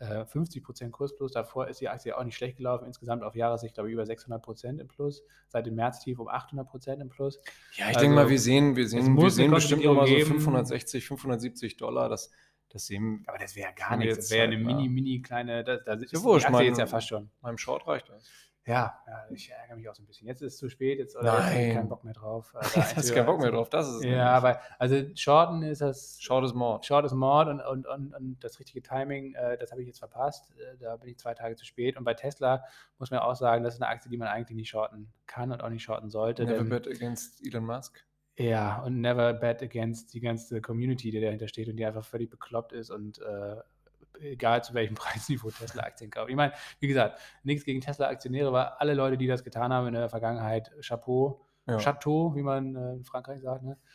50% Kursplus. Davor ist die Aktie auch nicht schlecht gelaufen. Insgesamt auf Jahressicht, glaube ich, über 600% im Plus. Seit dem Märztief um 800% im Plus. Ja, ich denke mal, wir sehen es muss eine bestimmt noch Konsolidierung mal so geben. 560, 570 $. Das sehen Aber das wäre gar wir nichts. jetzt Das wäre eine zeitnah. mini kleine, da ist Ja, die wurscht, Aktie jetzt ja fast schon. meinem Short reicht das. Ja, ich ärgere mich auch so ein bisschen. Jetzt ist es zu spät, jetzt habe ich keinen Bock mehr drauf. Jetzt hast du keinen Bock mehr drauf, das ist es Ja, nämlich. also Shorten ist das. Short is Mord. Short is Mord und das richtige Timing, das habe ich jetzt verpasst. Da bin ich 2 Tage zu spät. Und bei Tesla muss man auch sagen, das ist eine Aktie, die man eigentlich nicht shorten kann und auch nicht shorten sollte. Never bet against Elon Musk. Ja, und never bet against die ganze Community, die dahinter steht und die einfach völlig bekloppt ist und egal zu welchem Preisniveau Tesla-Aktien kaufen. Ich meine, wie gesagt, nichts gegen Tesla-Aktionäre, aber alle Leute, die das getan haben in der Vergangenheit, Chapeau, Ja. Chateau, wie man in Frankreich sagt, ne?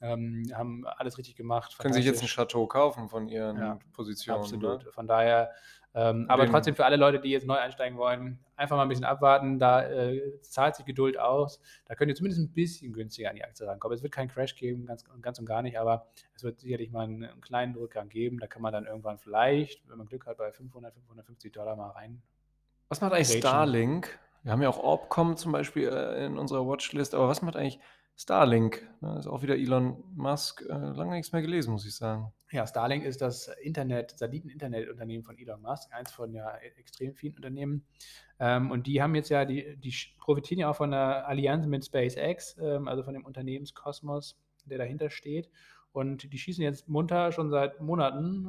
Haben alles richtig gemacht. Können sich jetzt ein fantastisch. Chateau kaufen von ihren Ja, Positionen. Absolut. Ne? Von daher, aber trotzdem für alle Leute, die jetzt neu einsteigen wollen, einfach mal ein bisschen abwarten. Da zahlt sich Geduld aus. Da könnt ihr zumindest ein bisschen günstiger an die Aktie rankommen. Es wird keinen Crash geben, ganz und gar nicht, aber es wird sicherlich mal einen kleinen Rückgang geben. Da kann man dann irgendwann vielleicht, wenn man Glück hat, bei 550 $ mal rein. Was macht eigentlich Grätschen. Starlink? Wir haben ja auch Orbcomm zum Beispiel in unserer Watchlist, aber was macht eigentlich Starlink? Ne, ist auch wieder Elon Musk. Lange nichts mehr gelesen, muss ich sagen. Ja, Starlink ist das Satelliten-Internet-Unternehmen von Elon Musk, eins von ja extrem vielen Unternehmen. Und die haben jetzt ja, die profitieren ja auch von der Allianz mit SpaceX, also von dem Unternehmenskosmos, der dahinter steht. Und die schießen jetzt munter schon seit Monaten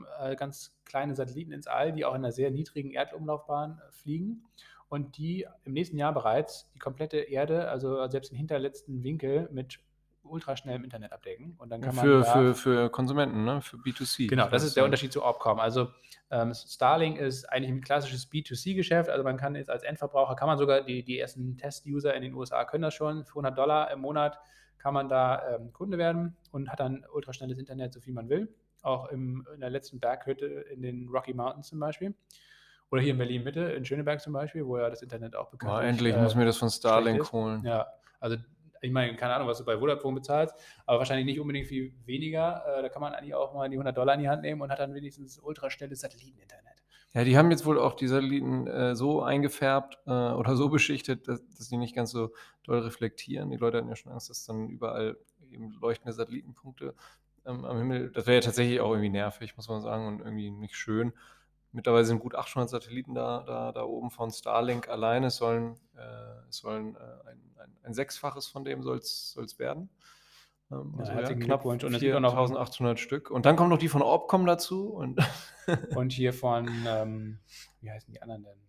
ganz kleine Satelliten ins All, die auch in einer sehr niedrigen Erdumlaufbahn fliegen. Und die im nächsten Jahr bereits die komplette Erde, also selbst den hinterletzten Winkel mit ultraschnellem Internet abdecken. Und dann kann man für Konsumenten, ne? Für B2C. Genau, das ist der Unterschied zu Orbcomm. Also Starlink ist eigentlich ein klassisches B2C-Geschäft. Also man kann jetzt als Endverbraucher, kann man sogar, die ersten Test-User in den USA können das schon, für $100 im Monat kann man da Kunde werden und hat dann ultraschnelles Internet, so viel man will. Auch in der letzten Berghütte in den Rocky Mountains zum Beispiel. Oder hier in Berlin-Mitte, in Schöneberg zum Beispiel, wo ja das Internet auch bekannt ist. Endlich muss mir das von Starlink holen. Ja, also ich meine, keine Ahnung, was du bei Vodafone bezahlst, aber wahrscheinlich nicht unbedingt viel weniger. Da kann man eigentlich auch mal die $100 in die Hand nehmen und hat dann wenigstens ultraschnelles Satelliteninternet. Ja, die haben jetzt wohl auch die Satelliten so eingefärbt oder so beschichtet, dass die nicht ganz so doll reflektieren. Die Leute hatten ja schon Angst, dass dann überall eben leuchtende Satellitenpunkte am Himmel. Das wäre ja tatsächlich auch irgendwie nervig, muss man sagen, und irgendwie nicht schön. Mittlerweile sind gut 800 Satelliten da oben von Starlink alleine. Es sollen ein Sechsfaches von dem soll es werden. Also herzlichen knapp Glückwunsch. Und es gibt auch noch 4.800 Stück. Und dann kommen noch die von Orbcomm dazu. Und hier von, wie heißen die anderen denn?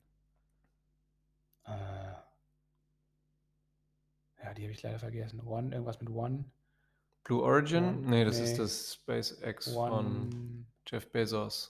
Ja, die habe ich leider vergessen. Irgendwas mit One. Blue Origin? Nee, das ist das SpaceX von Jeff Bezos.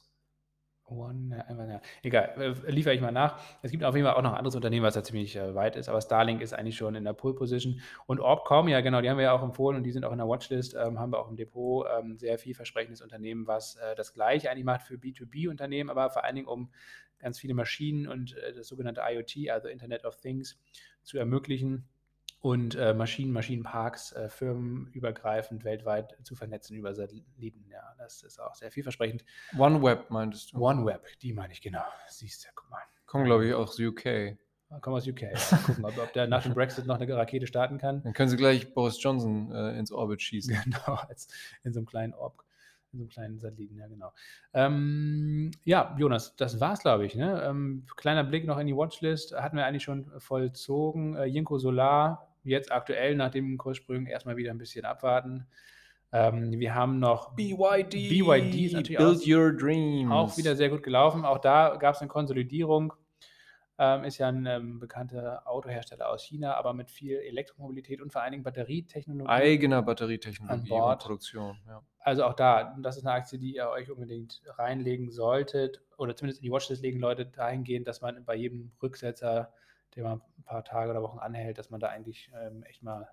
Egal, liefere ich mal nach. Es gibt auf jeden Fall auch noch ein anderes Unternehmen, was da ziemlich weit ist, aber Starlink ist eigentlich schon in der Pole Position. Und Orbcomm, ja genau, die haben wir ja auch empfohlen und die sind auch in der Watchlist, haben wir auch im Depot. Sehr vielversprechendes Unternehmen, was das Gleiche eigentlich macht für B2B-Unternehmen, aber vor allen Dingen um ganz viele Maschinen und das sogenannte IoT, also Internet of Things, zu ermöglichen. Und Maschinenparks firmenübergreifend weltweit zu vernetzen über Satelliten. Ja, das ist auch sehr vielversprechend. OneWeb meintest du? OneWeb, die meine ich, genau. Siehst du, guck mal. Kommen, glaube ich, aus UK. Kommen aus UK. Ja. Gucken, ob der nach dem Brexit noch eine Rakete starten kann. Dann können sie gleich Boris Johnson ins Orbit schießen. Genau, in so einem kleinen in so einem kleinen Satelliten, ja genau. Ja, Jonas, das war's, glaube ich. Ne? Kleiner Blick noch in die Watchlist, hatten wir eigentlich schon vollzogen. Jinko Solar, jetzt aktuell nach den Kurssprüngen erstmal wieder ein bisschen abwarten. Wir haben noch BYD ist natürlich Build Your Dreams. Auch wieder sehr gut gelaufen. Auch da gab es eine Konsolidierung. Ist ja ein bekannter Autohersteller aus China, aber mit viel Elektromobilität und vor allen Dingen Batterietechnologie. Eigener Batterietechnologie an Bord. Und Produktion. Ja. Also auch das ist eine Aktie, die ihr euch unbedingt reinlegen solltet oder zumindest in die Watchlist legen solltet, dahingehend, dass man bei jedem Rücksetzer, der mal ein paar Tage oder Wochen anhält, dass man da eigentlich echt mal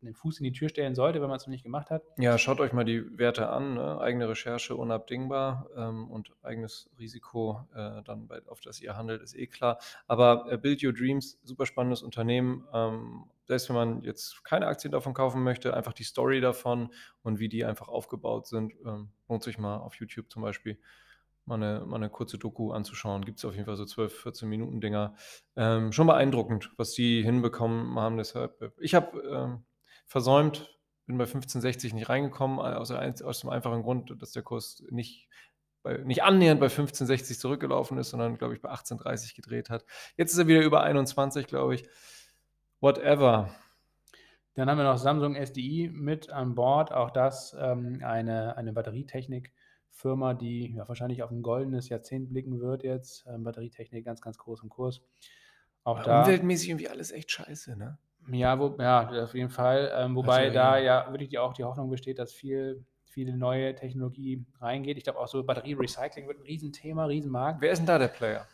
den Fuß in die Tür stellen sollte, wenn man es noch nicht gemacht hat. Ja, schaut euch mal die Werte an, ne? Eigene Recherche unabdingbar, und eigenes Risiko, dann auf das ihr handelt, ist klar. Aber, Build Your Dreams, super spannendes Unternehmen. Selbst wenn man jetzt keine Aktien davon kaufen möchte, einfach die Story davon und wie die einfach aufgebaut sind, lohnt sich mal auf YouTube zum Beispiel mal eine kurze Doku anzuschauen. Gibt es auf jeden Fall so 12, 14 Minuten Dinger. Schon beeindruckend, was die hinbekommen haben. Deshalb, ich habe versäumt, bin bei 15,60 nicht reingekommen, aus dem einfachen Grund, dass der Kurs nicht annähernd bei 15,60 zurückgelaufen ist, sondern, glaube ich, bei 18,30 gedreht hat. Jetzt ist er wieder über 21, glaube ich. Whatever. Dann haben wir noch Samsung SDI mit an Bord. Auch das eine Batterietechnikfirma, die ja, wahrscheinlich auf ein goldenes Jahrzehnt blicken wird jetzt. Batterietechnik ganz, ganz groß im Kurs. Auch Aber da, umweltmäßig irgendwie alles echt scheiße, ne? ja, auf jeden Fall. Wobei da ja wirklich auch die Hoffnung besteht, dass viel neue Technologie reingeht. Ich glaube auch so Batterierecycling wird ein Riesenthema, Riesenmarkt. Wer ist denn da der Player?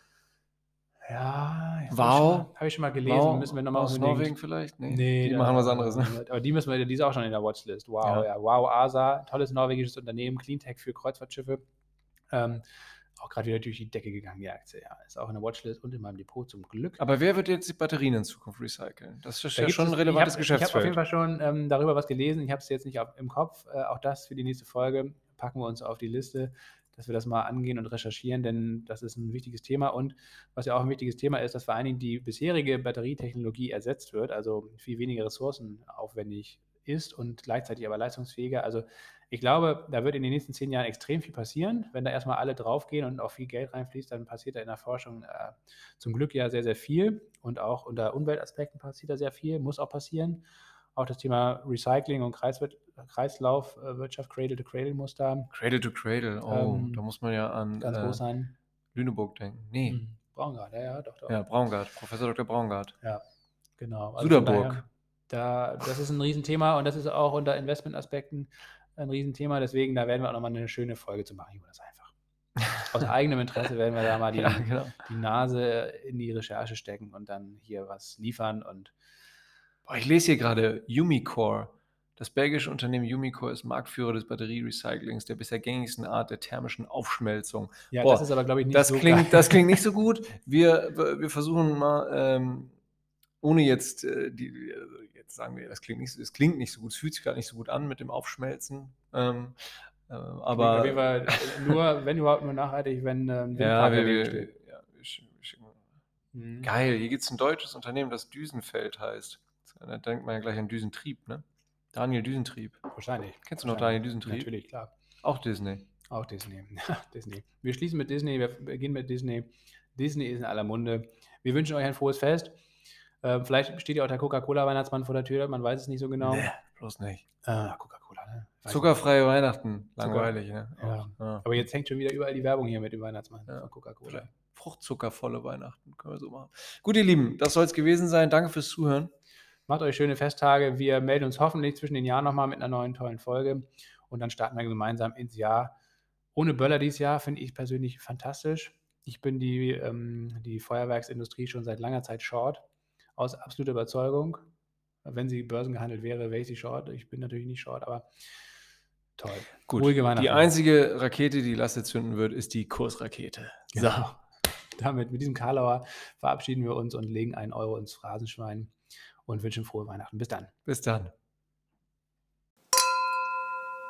Ja, Wow. Habe ich schon mal gelesen. Wow, Müssen wir nochmal aus unbedingt. Norwegen vielleicht? Nee, die machen was anderes, ne? Aber die ist auch schon in der Watchlist. Wow, Ja. ja. Wow, ASA, tolles norwegisches Unternehmen, Cleantech für Kreuzfahrtschiffe. Auch gerade wieder durch die Decke gegangen, die Aktie. Ja, ist auch in der Watchlist und in meinem Depot zum Glück. Aber wer wird jetzt die Batterien in Zukunft recyceln? Das ist Da ja gibt schon ein es- relevantes Ich habe auf jeden Geschäftsfeld. Fall schon darüber was gelesen. Ich habe es jetzt nicht im Kopf. Auch das für die nächste Folge packen wir uns auf die Liste, dass wir das mal angehen und recherchieren, denn das ist ein wichtiges Thema. Und was ja auch ein wichtiges Thema ist, dass vor allen Dingen die bisherige Batterietechnologie ersetzt wird, also viel weniger ressourcenaufwendig ist und gleichzeitig aber leistungsfähiger. Also ich glaube, da wird in den nächsten 10 Jahren extrem viel passieren. Wenn da erstmal alle draufgehen und auch viel Geld reinfließt, dann passiert da in der Forschung zum Glück ja sehr, sehr viel. Und auch unter Umweltaspekten passiert da sehr viel, muss auch passieren. Auch das Thema Recycling und Kreislaufwirtschaft, Cradle to Cradle muss da Cradle to Cradle, da muss man ja an ganz groß sein. Lüneburg denken. Nee, Braungart, ja, doch. ja, Braungart, Professor Dr. Braungart. Ja, genau. Also Suderburg. das ist ein Riesenthema und das ist auch unter Investmentaspekten ein Riesenthema. Deswegen, da werden wir auch nochmal eine schöne Folge zu machen, Jonas, einfach. Aus eigenem Interesse werden wir da mal die, Ja, genau. die Nase in die Recherche stecken und dann hier was liefern. Und Boah, ich lese hier gerade Umicore. Das belgische Unternehmen Umicore ist Marktführer des Batterierecyclings, der bisher gängigsten Art der thermischen Aufschmelzung. ja, Boah, das ist aber, glaube ich, nicht das so klingt, geil. das klingt nicht so gut. Wir versuchen mal, ohne jetzt, jetzt sagen wir, das klingt nicht so gut, es fühlt sich gerade nicht so gut an mit dem Aufschmelzen. Aber Auf jeden Fall nur, wenn überhaupt, nur nachhaltig, wenn ja, Windpark steht. wir schicken. Geil, hier gibt es ein deutsches Unternehmen, das Düsenfeld heißt. Da denkt man ja gleich an Düsentrieb, ne? Daniel Düsentrieb. Wahrscheinlich. Kennst du noch Daniel Düsentrieb? Natürlich, klar. Auch Disney. Auch Disney. Disney. Wir schließen mit Disney, wir beginnen mit Disney. Disney ist in aller Munde. Wir wünschen euch ein frohes Fest. Vielleicht steht ja auch der Coca-Cola-Weihnachtsmann vor der Tür, man weiß es nicht so genau. Nee, bloß nicht. Coca-Cola, ne? Zuckerfreie Weihnachten. Langweilig, ne? Ja. Ja. Aber jetzt hängt schon wieder überall die Werbung hier mit dem Weihnachtsmann Ja. von Coca-Cola. Vielleicht fruchtzuckervolle Weihnachten. Können wir so machen. Gut, ihr Lieben, das soll es gewesen sein. Danke fürs Zuhören. Macht euch schöne Festtage. Wir melden uns hoffentlich zwischen den Jahren nochmal mit einer neuen tollen Folge. Und dann starten wir gemeinsam ins Jahr. Ohne Böller dieses Jahr finde ich persönlich fantastisch. Ich bin die Feuerwerksindustrie schon seit langer Zeit short. Aus absoluter Überzeugung. Wenn sie börsengehandelt wäre, wäre ich sie short. Ich bin natürlich nicht short, aber toll. Gut, Ruhige Weihnachten. die einzige Rakete, die Lasse zünden wird, ist die Kursrakete. Genau. Damit, mit diesem Karlauer verabschieden wir uns und legen 1 Euro ins Phrasenschwein und wünschen frohe Weihnachten. Bis dann. Bis dann.